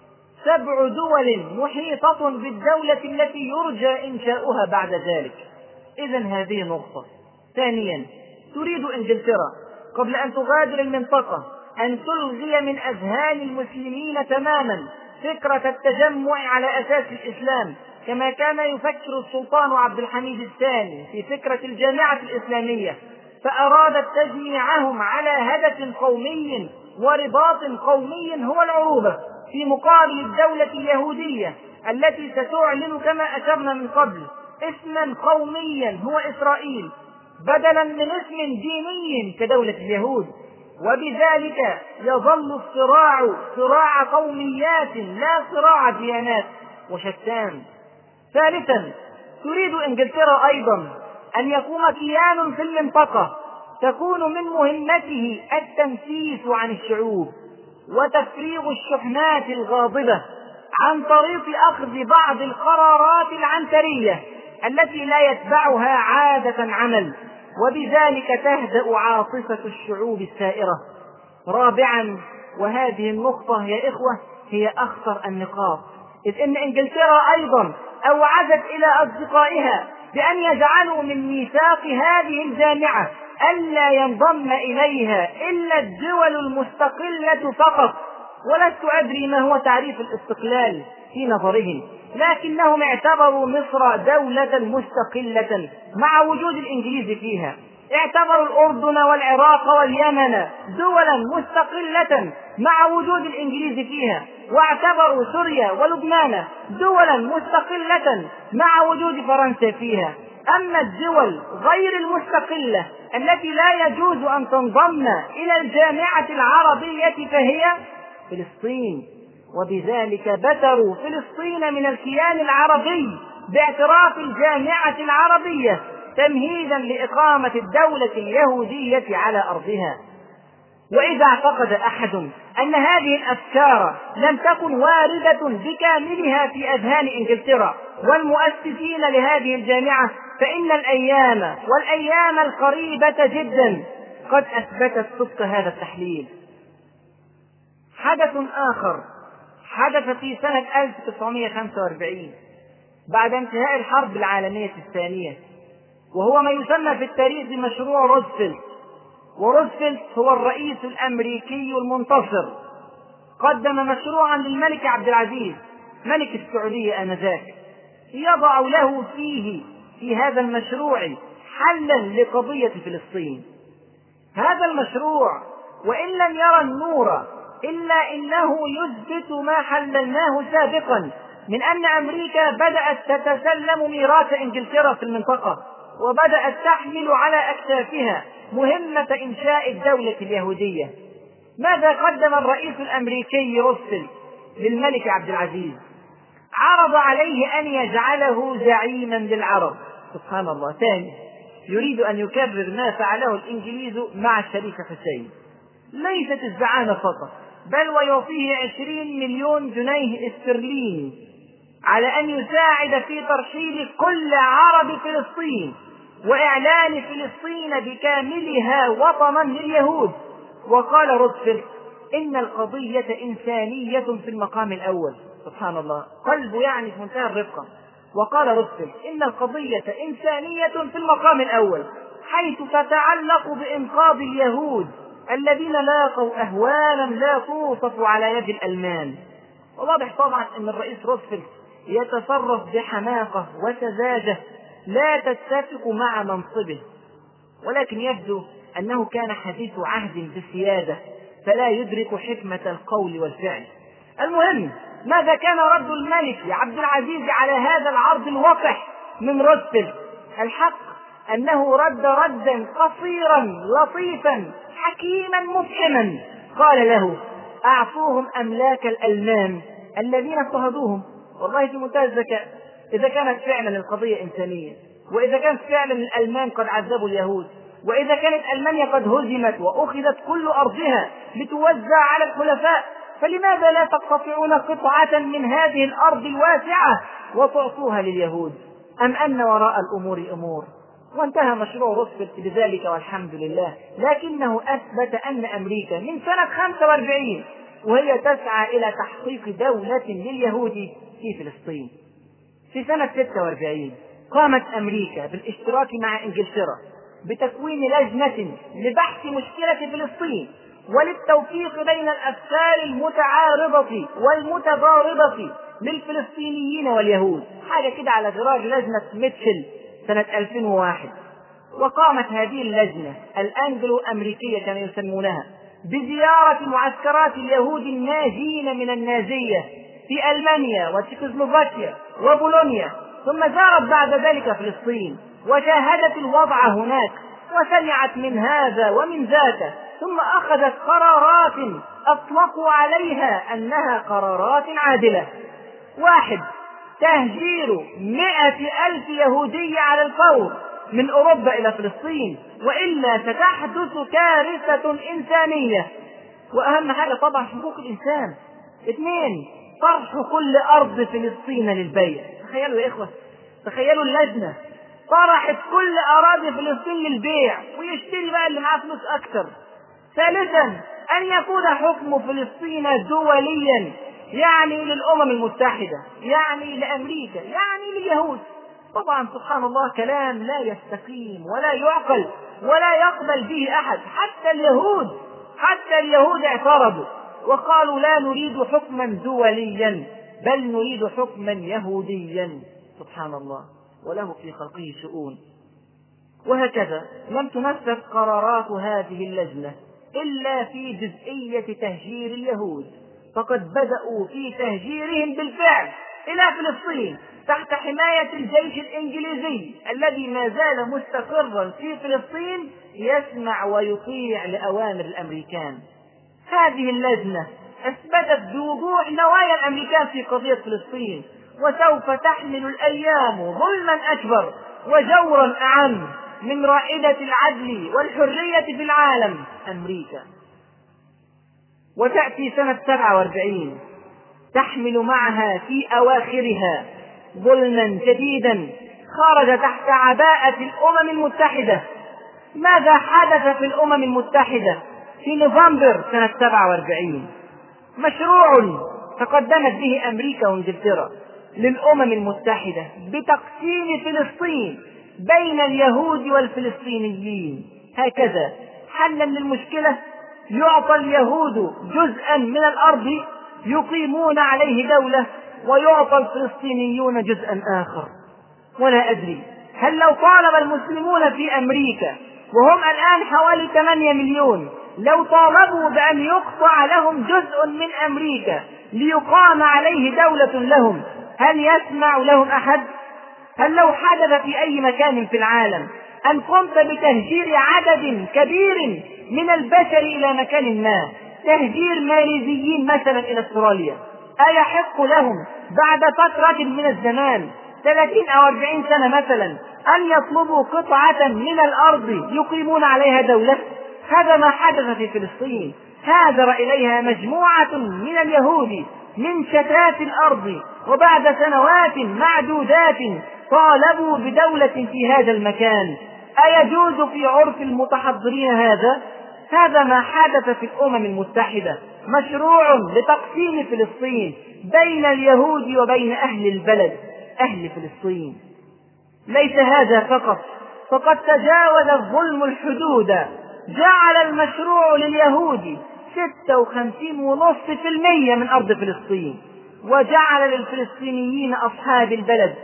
7 دول محيطة بالدولة التي يرجى إنشاؤها بعد ذلك. إذن هذه نقطة. ثانيا تريد إنجلترا قبل أن تغادر المنطقة أن تلغي من أذهان المسلمين تماما فكرة التجمع على أساس الإسلام كما كان يفكر السلطان عبد الحميد الثاني في فكرة الجامعة الإسلامية، فأرادت تجميعهم على هدف قومي ورباط قومي هو العروبة في مقابل الدولة اليهودية التي ستعلن كما أشرنا من قبل اسما قوميا هو إسرائيل بدلا من اسم ديني كدولة اليهود. وبذلك يظل الصراع صراع قوميات لا صراع ديانات وشتان. ثالثا تريد إنجلترا أيضا أن يقوم كيان في المنطقة تكون من مهمته التنفيس عن الشعوب وتفريغ الشحنات الغاضبة عن طريق أخذ بعض القرارات العنترية التي لا يتبعها عادة عمل، وبذلك تهدأ عاطفة الشعوب السائرة. رابعا وهذه النقطة يا إخوة هي أخطر النقاط، إذ إن إنجلترا أيضا أوعدت إلى أصدقائها بأن يجعلوا من ميثاق هذه الجامعة ألا ينضم إليها إلا الدول المستقلة فقط. ولست أدري ما هو تعريف الاستقلال في نظرهم، لكنهم اعتبروا مصر دولة مستقلة مع وجود الإنجليز فيها، اعتبروا الأردن والعراق واليمن دولا مستقلة مع وجود الإنجليز فيها، واعتبروا سوريا ولبنان دولا مستقلة مع وجود فرنسا فيها. أما الدول غير المستقلة التي لا يجوز أن تنضم إلى الجامعة العربية فهي فلسطين، وبذلك بتروا فلسطين من الكيان العربي باعتراف الجامعة العربية تمهيدا لإقامة الدولة اليهودية على أرضها. وإذا اعتقد أحد أن هذه الأفكار لم تكن واردة بكاملها في أذهان إنجلترا والمؤسسين لهذه الجامعة فإن الأيام القريبة جدا قد أثبتت صدق هذا التحليل. حدث آخر حدث في سنة 1945 بعد انتهاء الحرب العالمية الثانية، وهو ما يسمى في التاريخ بمشروع روزفلت. وروزفلت هو الرئيس الأمريكي المنتصر، قدم مشروعا للملك عبد العزيز ملك السعودية آنذاك يضع له في هذا المشروع حلا لقضية فلسطين. هذا المشروع وإن لم يرى النور إلا إنه يثبت ما حللناه سابقا من أن أمريكا بدأت تتسلم ميراث إنجلترا في المنطقة، وبدأت تحمل على أكتافها مهمة إنشاء الدولة اليهودية. ماذا قدم الرئيس الأمريكي روزفلت للملك عبد العزيز؟ عرض عليه أن يجعله زعيما للعرب. سبحان الله، ثاني يريد أن يكرر ما فعله الإنجليز مع الشريف حسين. ليست الزعامة فقط، بل ويعطيه 20 مليون جنيه استرليني على أن يساعد في ترحيل كل عرب فلسطين وإعلان فلسطين بكاملها وطنا لليهود. وقال روزفلت إن القضية إنسانية في المقام الأول. سبحان الله، قلبه يعني في منتهى الرقة. وقال روزفلت إن القضية إنسانية في المقام الأول، حيث تتعلق بإنقاذ اليهود الذين لاقوا أهوالا لا توصف على يد الألمان. وواضح طبعا أن الرئيس روزفلت يتصرف بحماقة وسذاجة لا تتفق مع منصبه، ولكن يبدو أنه كان حديث عهد بالسيادة فلا يدرك حكمة القول والفعل. المهم، ماذا كان رد الملك عبد العزيز على هذا العرض الوقح من روزفلت؟ الحق أنه رد ردا قصيرا لطيفا حكيما مفهما. قال له أعطوهم أملاك الألمان الذين اضطهدوهم. والله في منتهى الذكاء، إذا كانت فعلا القضية إنسانية، وإذا كانت فعلا الألمان قد عذبوا اليهود، وإذا كانت ألمانيا قد هزمت وأخذت كل أرضها لتوزع على الخلفاء، فلماذا لا تقتطعون قطعة من هذه الأرض الواسعة وتعطوها لليهود؟ أم أن وراء الأمور أمور؟ وانتهى مشروع روزفلت بذلك والحمد لله. لكنه أثبت أن أمريكا من سنة 45 وهي تسعى إلى تحقيق دولة لليهود في فلسطين. في سنة 46 قامت أمريكا بالاشتراك مع إنجلترا بتكوين لجنة لبحث مشكلة فلسطين وللتوفيق بين الأفكار المتعارضة والمتضاربة للفلسطينيين واليهود، حاجة كده على غرار لجنة ميتشل سنة 2001. وقامت هذه اللجنة الأنجلو أمريكية كانوا يسمونها بزيارة معسكرات اليهود الناجين من النازية في ألمانيا وتشيكوسلوفاكيا وبولونيا، ثم زارت بعد ذلك فلسطين وشاهدت الوضع هناك وسمعت من هذا ومن ذاك، ثم أخذت قرارات أطلقوا عليها أنها قرارات عادلة. 1. تهجير 100,000 يهودي على الفور من أوروبا إلى فلسطين، وإلا ستحدث كارثة إنسانية، وأهم حاجة طبعا حقوق الإنسان. 2. طرح كل أرض فلسطين للبيع. تخيلوا يا إخوة، تخيلوا اللجنة طرحت كل أراضي فلسطين للبيع ويشتري بقى اللي معاه فلوس أكثر. 3. أن يكون حكم فلسطين دوليا، يعني للأمم المتحدة، يعني لأمريكا، يعني لليهود. طبعا سبحان الله كلام لا يستقيم ولا يعقل ولا يقبل به أحد. حتى اليهود اعترضوا وقالوا لا نريد حكما دوليا بل نريد حكما يهوديا. سبحان الله، وله في خلقه شؤون. وهكذا لم تنفذ قرارات هذه اللجنة إلا في جزئية تهجير اليهود، فقد بدأوا في تهجيرهم بالفعل إلى فلسطين تحت حماية الجيش الإنجليزي الذي ما زال مستقرا في فلسطين يسمع ويطيع لأوامر الأمريكان. هذه اللجنة أثبتت بوضوح نوايا الأمريكان في قضية فلسطين، وسوف تحمل الأيام ظلما أكبر وجورا أعم من رائدة العدل والحرية في العالم أمريكا. وتأتي سنة 47 تحمل معها في أواخرها ظلما جديدا خرج تحت عباءة الأمم المتحدة. ماذا حدث في الأمم المتحدة في نوفمبر سنة 47؟ مشروع تقدمت به أمريكا وإنجلترا للأمم المتحدة بتقسيم فلسطين بين اليهود والفلسطينيين. هكذا حلا للمشكلة، يعطى اليهود جزءا من الأرض يقيمون عليه دولة، ويعطى الفلسطينيون جزءا آخر. ولا أدري هل لو طالب المسلمون في أمريكا وهم الآن حوالي 8 مليون لو طالبوا بأن يقطع لهم جزء من أمريكا ليقام عليه دولة لهم، هل يسمع لهم أحد؟ هل لو حدث في أي مكان في العالم أن قمت بتهجير عدد كبير من البشر إلى مكان ما، تهجير ماليزيين مثلا إلى استراليا، أيحق لهم بعد فترة من الزمان 30 أو 40 سنة مثلا أن يطلبوا قطعة من الأرض يقيمون عليها دولة؟ هذا ما حدث في فلسطين. هاجر إليها مجموعة من اليهود من شتات الأرض، وبعد سنوات معدودات طالبوا بدولة في هذا المكان. أيجوز في عرف المتحضرين هذا؟ هذا ما حدث في الأمم المتحدة، مشروع لتقسيم فلسطين بين اليهود وبين أهل البلد أهل فلسطين. ليس هذا فقط، فقد تجاوز الظلم الحدود، جعل المشروع لليهود 56.5% من أرض فلسطين، وجعل للفلسطينيين أصحاب البلد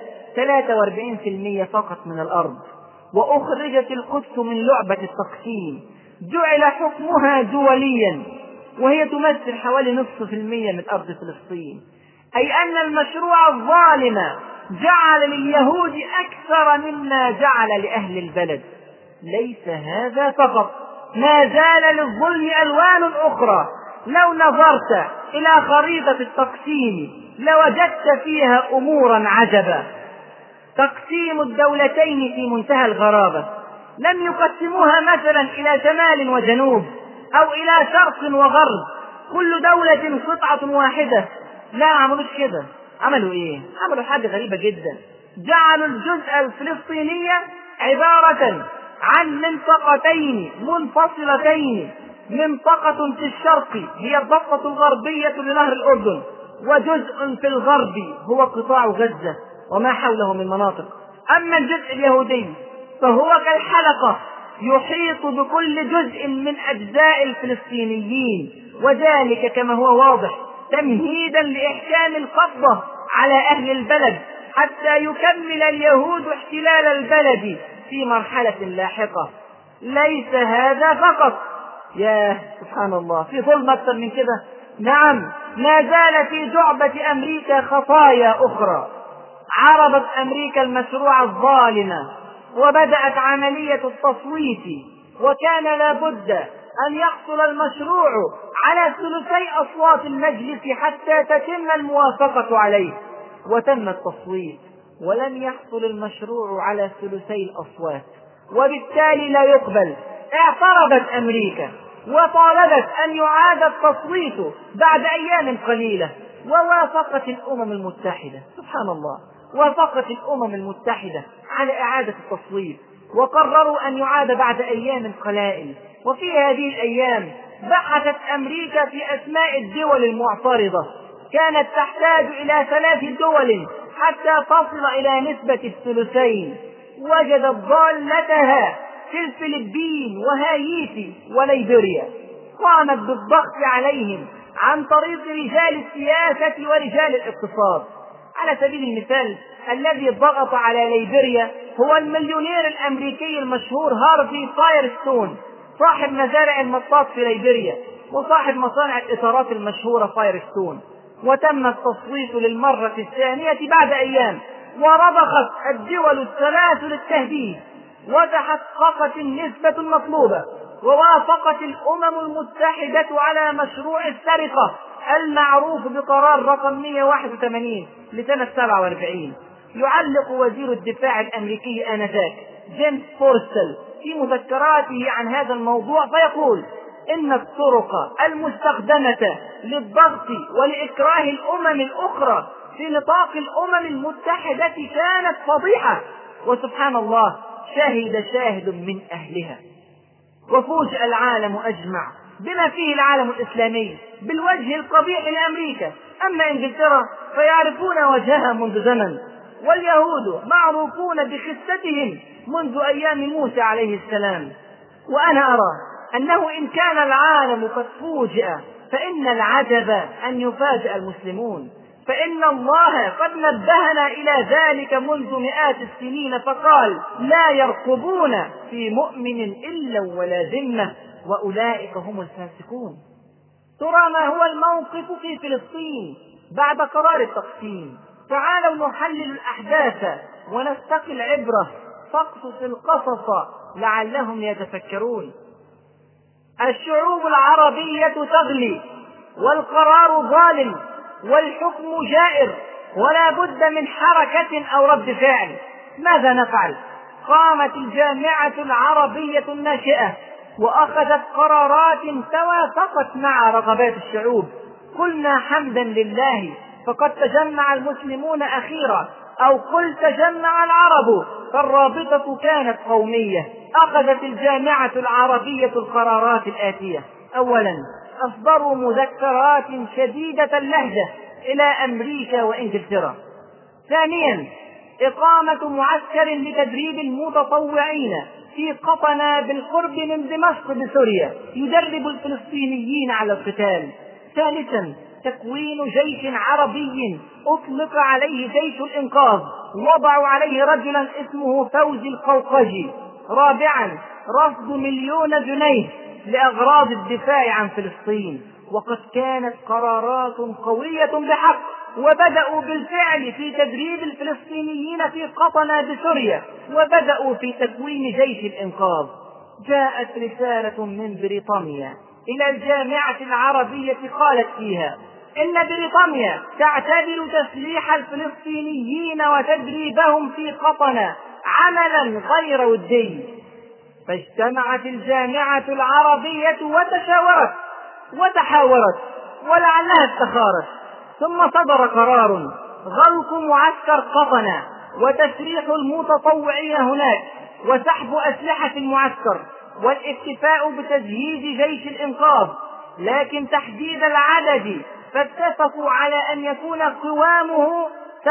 43% فقط من الأرض، وأخرجت القدس من لعبة التقسيم، جعل حكمها دوليا وهي تمثل حوالي 0.5% من أرض فلسطين. أي أن المشروع الظالم جعل لليهود أكثر مما جعل لأهل البلد. ليس هذا فقط، ما زال للظلم ألوان أخرى. لو نظرت إلى خريطة التقسيم لوجدت فيها أمورا عجبا. تقسيم الدولتين في منتهى الغرابة، لم يقسموها مثلا إلى شمال وجنوب أو إلى شرق وغرب، كل دولة قطعة واحدة. لا، عملوش كده. عملوا إيه؟ عملوا حاجة غريبة جدا. جعلوا الجزء الفلسطيني عبارة عن منطقتين منفصلتين، منطقة في الشرق هي الضفة الغربية لنهر الأردن، وجزء في الغرب هو قطاع غزة وما حوله من مناطق. أما الجزء اليهودي فهو كالحلقة يحيط بكل جزء من أجزاء الفلسطينيين، وذلك كما هو واضح تمهيدا لإحكام القبضة على أهل البلد حتى يكمل اليهود احتلال البلد في مرحلة لاحقة. ليس هذا فقط، يا سبحان الله، في ظلم أكثر من كده. نعم، ما زال في جعبة أمريكا خطايا أخرى. عرضت أمريكا المشروع الظالم وبدأت عملية التصويت، وكان لابد أن يحصل المشروع على 2/3 أصوات المجلس حتى تتم الموافقة عليه، وتم التصويت ولم يحصل المشروع على 2/3 الأصوات، وبالتالي لا يقبل. اعترضت أمريكا وطالبت أن يعاد التصويت بعد أيام قليلة، ووافقت الأمم المتحدة. سبحان الله، وافقت الأمم المتحدة على إعادة التصويت، وقرروا أن يعاد بعد أيام قلائل. وفي هذه الأيام بحثت أمريكا في أسماء الدول المعترضة، كانت تحتاج إلى 3 دول حتى تصل إلى نسبة 2/3. وجدت ضالتها في الفلبين وهايتي وليبيريا. قامت بالضغط عليهم عن طريق رجال السياسة ورجال الاقتصاد. على سبيل المثال، الذي ضغط على ليبيريا هو المليونير الأمريكي المشهور هارفي فايرستون، صاحب مزارع المطاط في ليبيريا وصاحب مصانع الإطارات المشهورة فايرستون. وتم التصويت للمرة الثانية بعد أيام، ورضخت الدول الثلاث للتهديد، وتحققت النسبة المطلوبة، ووافقت الأمم المتحدة على مشروع السرقة المعروف بقرار رقم 181 لسنة 47. يعلق وزير الدفاع الأمريكي آنذاك جيمس فورستل في مذكراته عن هذا الموضوع فيقول إن الطرق المستخدمة للضغط ولإكراه الأمم الأخرى في نطاق الأمم المتحدة كانت فضيحة. وسبحان الله، شهد شاهد من أهلها، وفوجئ العالم أجمع بما فيه العالم الإسلامي بالوجه القبيح لأمريكا. أما إنجلترا فيعرفون وجهها منذ زمن، واليهود معروفون بخستهم منذ أيام موسى عليه السلام. وأنا أرى أنه إن كان العالم قد فوجئ فإن العجب أن يفاجأ المسلمون، فإن الله قد نبهنا إلى ذلك منذ مئات السنين فقال لا يرقبون في مؤمن إلا ولا ذمة وأولئك هم الفاسقون. ترى ما هو الموقف في فلسطين بعد قرار التقسيم؟ تعالوا نحلل الأحداث ونستقي العبرة، فاقصص القصص لعلهم يتفكرون. الشعوب العربية تغلي، والقرار ظالم، والحكم جائر، ولا بد من حركة أو رد فعل. ماذا نفعل؟ قامت الجامعة العربية الناشئة وأخذت قرارات توافقت مع رغبات الشعوب. قلنا حمدا لله فقد تجمع المسلمون أخيرا، أو قل تجمع العرب، فالرابطة كانت قومية. أخذت الجامعة العربية القرارات الآتية: أولا، أصدروا مذكرات شديدة اللهجة إلى أمريكا وإنجلترا. ثانيا، إقامة معسكر لتدريب المتطوعين في قطنة بالقرب من دمشق بسوريا يدرب الفلسطينيين على القتال. ثالثا، تكوين جيش عربي أطلق عليه جيش الإنقاذ، وضعوا عليه رجلا اسمه فوزي القوقجي. رابعا، رصد 1,000,000 جنيه لأغراض الدفاع عن فلسطين. وقد كانت قرارات قوية بحق، وبدأوا بالفعل في تدريب الفلسطينيين في قطنة بسوريا، وبدأوا في تكوين جيش الإنقاذ. جاءت رسالة من بريطانيا إلى الجامعة العربية قالت فيها إن بريطانيا تعتبر تسليح الفلسطينيين وتدريبهم في قطنة عملا غير ودي. فاجتمعت الجامعة العربية وتحاورت ولعلها استخارت، ثم صدر قرار: غلق معسكر قطنة، وتسريح المتطوعين هناك، وسحب أسلحة المعسكر، والاكتفاء بتجهيز جيش الإنقاذ. لكن تحديد العدد، فاتفقوا على أن يكون قوامه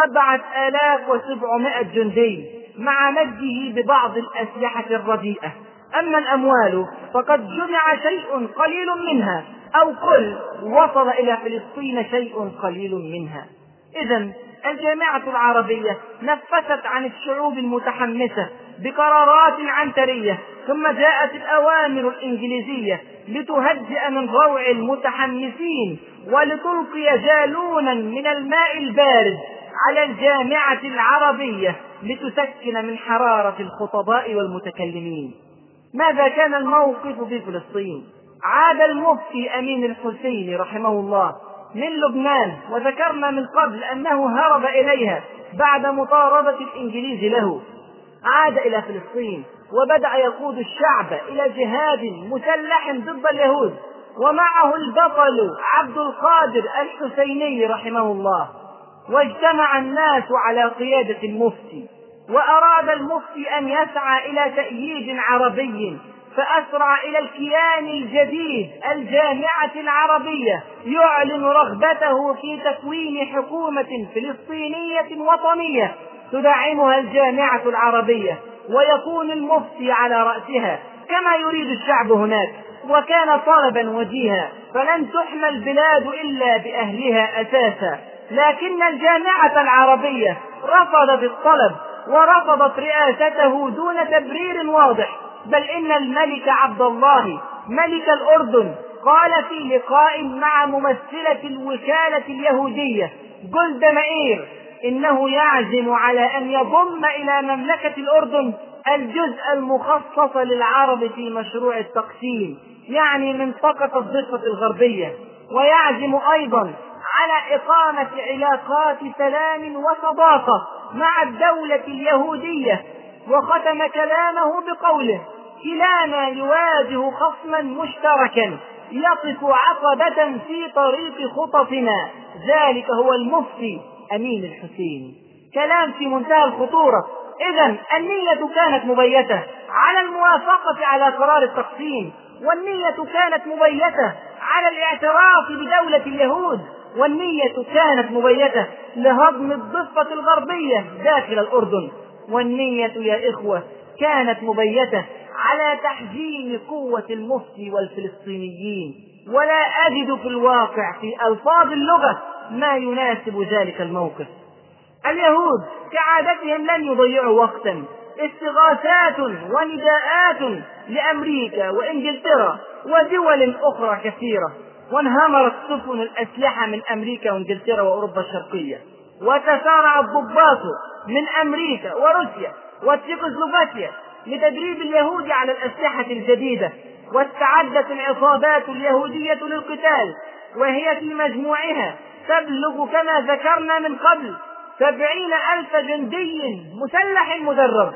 7,700 جندي، مع مده ببعض الأسلحة الرديئة. أما الأموال فقد جمع شيء قليل منها، أو قل وصل إلى فلسطين شيء قليل منها. إذن الجامعة العربية نفست عن الشعوب المتحمسة بقرارات عنترية، ثم جاءت الأوامر الإنجليزية لتهدئ من روع المتحمسين ولتلقي جالونا من الماء البارد على الجامعة العربية لتسكن من حرارة الخطباء والمتكلمين. ماذا كان الموقف في فلسطين؟ عاد المفتي أمين الحسيني رحمه الله من لبنان، وذكرنا من قبل أنه هرب إليها بعد مطاردة الإنجليز له. عاد إلى فلسطين وبدأ يقود الشعب إلى جهاد مسلح ضد اليهود، ومعه البطل عبد القادر الحسيني رحمه الله. واجتمع الناس على قيادة المفتي، وأراد المفتي أن يسعى إلى تأييد عربي، فأسرع إلى الكيان الجديد الجامعة العربية يعلن رغبته في تكوين حكومة فلسطينية وطنية تدعمها الجامعة العربية، ويكون المفتي على رأسها كما يريد الشعب هناك. وكان طلبا وجيها، فلن تحمى البلاد إلا بأهلها أساسا. لكن الجامعة العربية رفضت الطلب، ورفضت رئاسته دون تبرير واضح، بل إن الملك عبد الله ملك الأردن قال في لقاء مع ممثلة الوكالة اليهودية جولدا مائير إنه يعزم على أن يضم إلى مملكة الأردن الجزء المخصص للعرب في مشروع التقسيم، يعني منطقة الضفة الغربية، ويعزم أيضا على إقامة علاقات سلام وصداقة مع الدولة اليهودية. وختم كلامه بقوله: كلانا يواجه خصما مشتركا يقف عقبة في طريق خططنا، ذلك هو المفتي أمين الحسيني. كلام في منتهى الخطورة. إذن النية كانت مبيتة على الموافقة على قرار التقسيم، والنية كانت مبيتة على الاعتراف بدولة اليهود، والنية كانت مبيتة لهضم الضفة الغربية داخل الأردن، والنية يا إخوة كانت مبيتة على تحجيم قوة المفتي والفلسطينيين. ولا أجد في الواقع في ألفاظ اللغة ما يناسب ذلك الموقف. اليهود كعادتهم لن يضيعوا وقتا، استغاثات ونداءات لأمريكا وإنجلترا ودول أخرى كثيرة، وانهمرت سفن الأسلحة من أمريكا وإنجلترا وأوروبا الشرقية. وتسارع الضباط من أمريكا وروسيا وتشيكوسلوفاكيا لتدريب اليهود على الأسلحة الجديدة، واستعدت العصابات اليهودية للقتال، وهي في مجموعها تبلغ كما ذكرنا من قبل 70,000 جندي مسلح مدرب.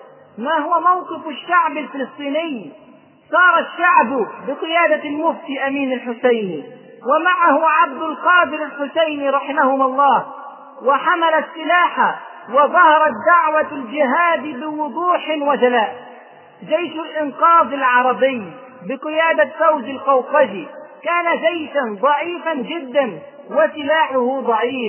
ما هو موقف الشعب الفلسطيني؟ صار الشعب بقيادة المفتي أمين الحسيني ومعه عبد القادر الحسيني رحمهما الله، وحمل السلاح، وظهرت دعوة الجهاد بوضوح وجلاء. جيش الإنقاذ العربي بقيادة فوزي القوقجي كان جيشا ضعيفا جدا، وسلاحه ضعيف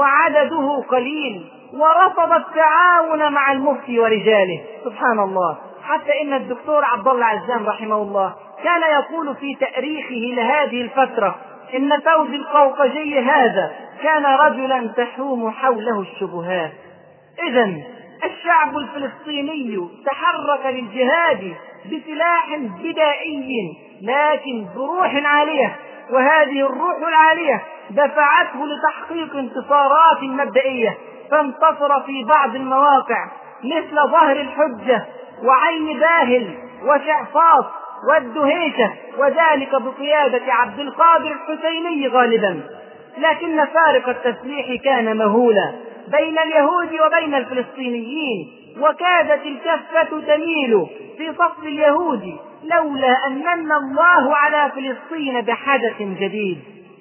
وعدده قليل، ورفض التعاون مع المفتي ورجاله. سبحان الله، حتى إن الدكتور عبد الله عزام رحمه الله كان يقول في تأريخه لهذه الفترة إن فوزي القوقجي هذا كان رجلا تحوم حوله الشبهات. إذن الشعب الفلسطيني تحرك للجهاد بسلاح بدائي لكن بروح عالية، وهذه الروح العالية دفعته لتحقيق انتصارات مبدئية، فانتصر في بعض المواقع مثل ظهر الحجة وعين باهل وشعفاص والدهيشة، وذلك بقيادة عبد القادر الحسيني غالبا. لكن فارق التسليح كان مهولا بين اليهود وبين الفلسطينيين، وكادت الكفة تميل في صف اليهود لولا أن من الله على فلسطين بحدث جديد.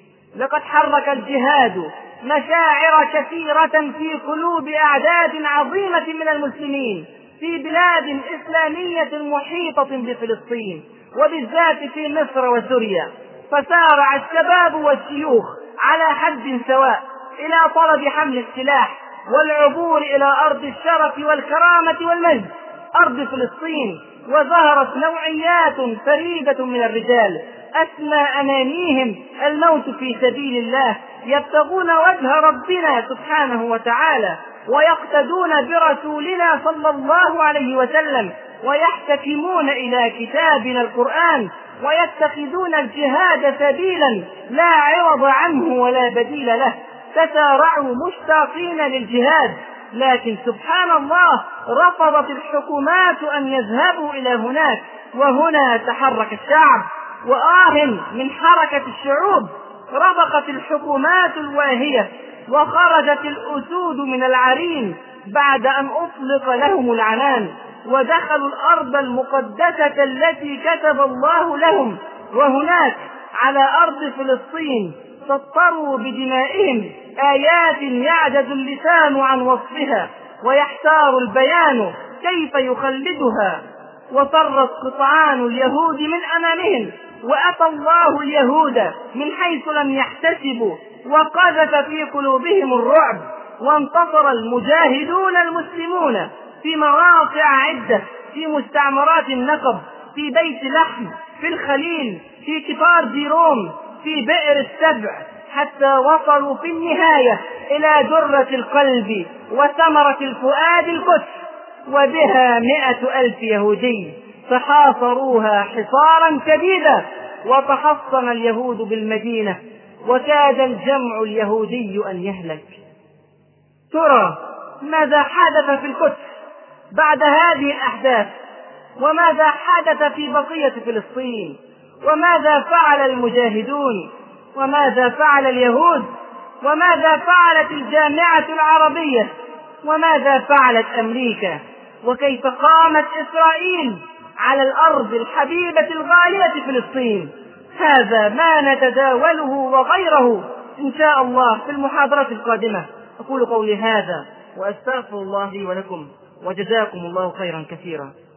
لقد حرك الجهاد مشاعر كثيرة في قلوب أعداد عظيمة من المسلمين في بلاد إسلامية محيطة بفلسطين، وبالذات في مصر وسوريا، فسارع الشباب والشيوخ على حد سواء إلى طلب حمل السلاح والعبور إلى أرض الشرف والكرامة والمجد، أرض فلسطين. وظهرت نوعيات فريدة من الرجال أسمى أمانيهم الموت في سبيل الله، يبتغون وجه ربنا سبحانه وتعالى، ويقتدون برسولنا صلى الله عليه وسلم، ويحتكمون إلى كتابنا القرآن، ويتخذون الجهاد سبيلا لا عوض عنه ولا بديل له. تسارعوا مشتاقين للجهاد، لكن سبحان الله رفضت الحكومات أن يذهبوا إلى هناك، وهنا تحرك الشعب. من حركة الشعوب ربقت الحكومات الواهية، وخرجت الأسود من العرين بعد أن أطلق لهم العنان، ودخلوا الأرض المقدسة التي كتب الله لهم، وهناك على أرض فلسطين سطروا بدمائهم آيات يعجز اللسان عن وصفها ويحتار البيان كيف يخلدها. وفرت قطعان اليهود من أمامهم، وأتى الله اليهود من حيث لم يحتسبوا، وقذف في قلوبهم الرعب. وانتصر المجاهدون المسلمون في مواقع عدة، في مستعمرات النقب، في بيت لحم، في الخليل، في كفار ديروم، في بئر السبع، حتى وصلوا في النهاية إلى درة القلب وثمرة الفؤاد القدس، وبها 100,000 يهودي فحاصروها حصارا شديدا، وتحصن اليهود بالمدينة، وكاد الجمع اليهودي أن يهلك. ترى ماذا حدث في القدس بعد هذه الأحداث؟ وماذا حدث في بقية فلسطين؟ وماذا فعل المجاهدون؟ وماذا فعل اليهود؟ وماذا فعلت الجامعة العربية؟ وماذا فعلت أمريكا؟ وكيف قامت إسرائيل على الأرض الحبيبة الغالية فلسطين؟ هذا ما نتداوله وغيره إن شاء الله في المحاضرة القادمة. أقول قولي هذا وأستغفر الله لي ولكم، وجزاكم الله خيرا كثيرا.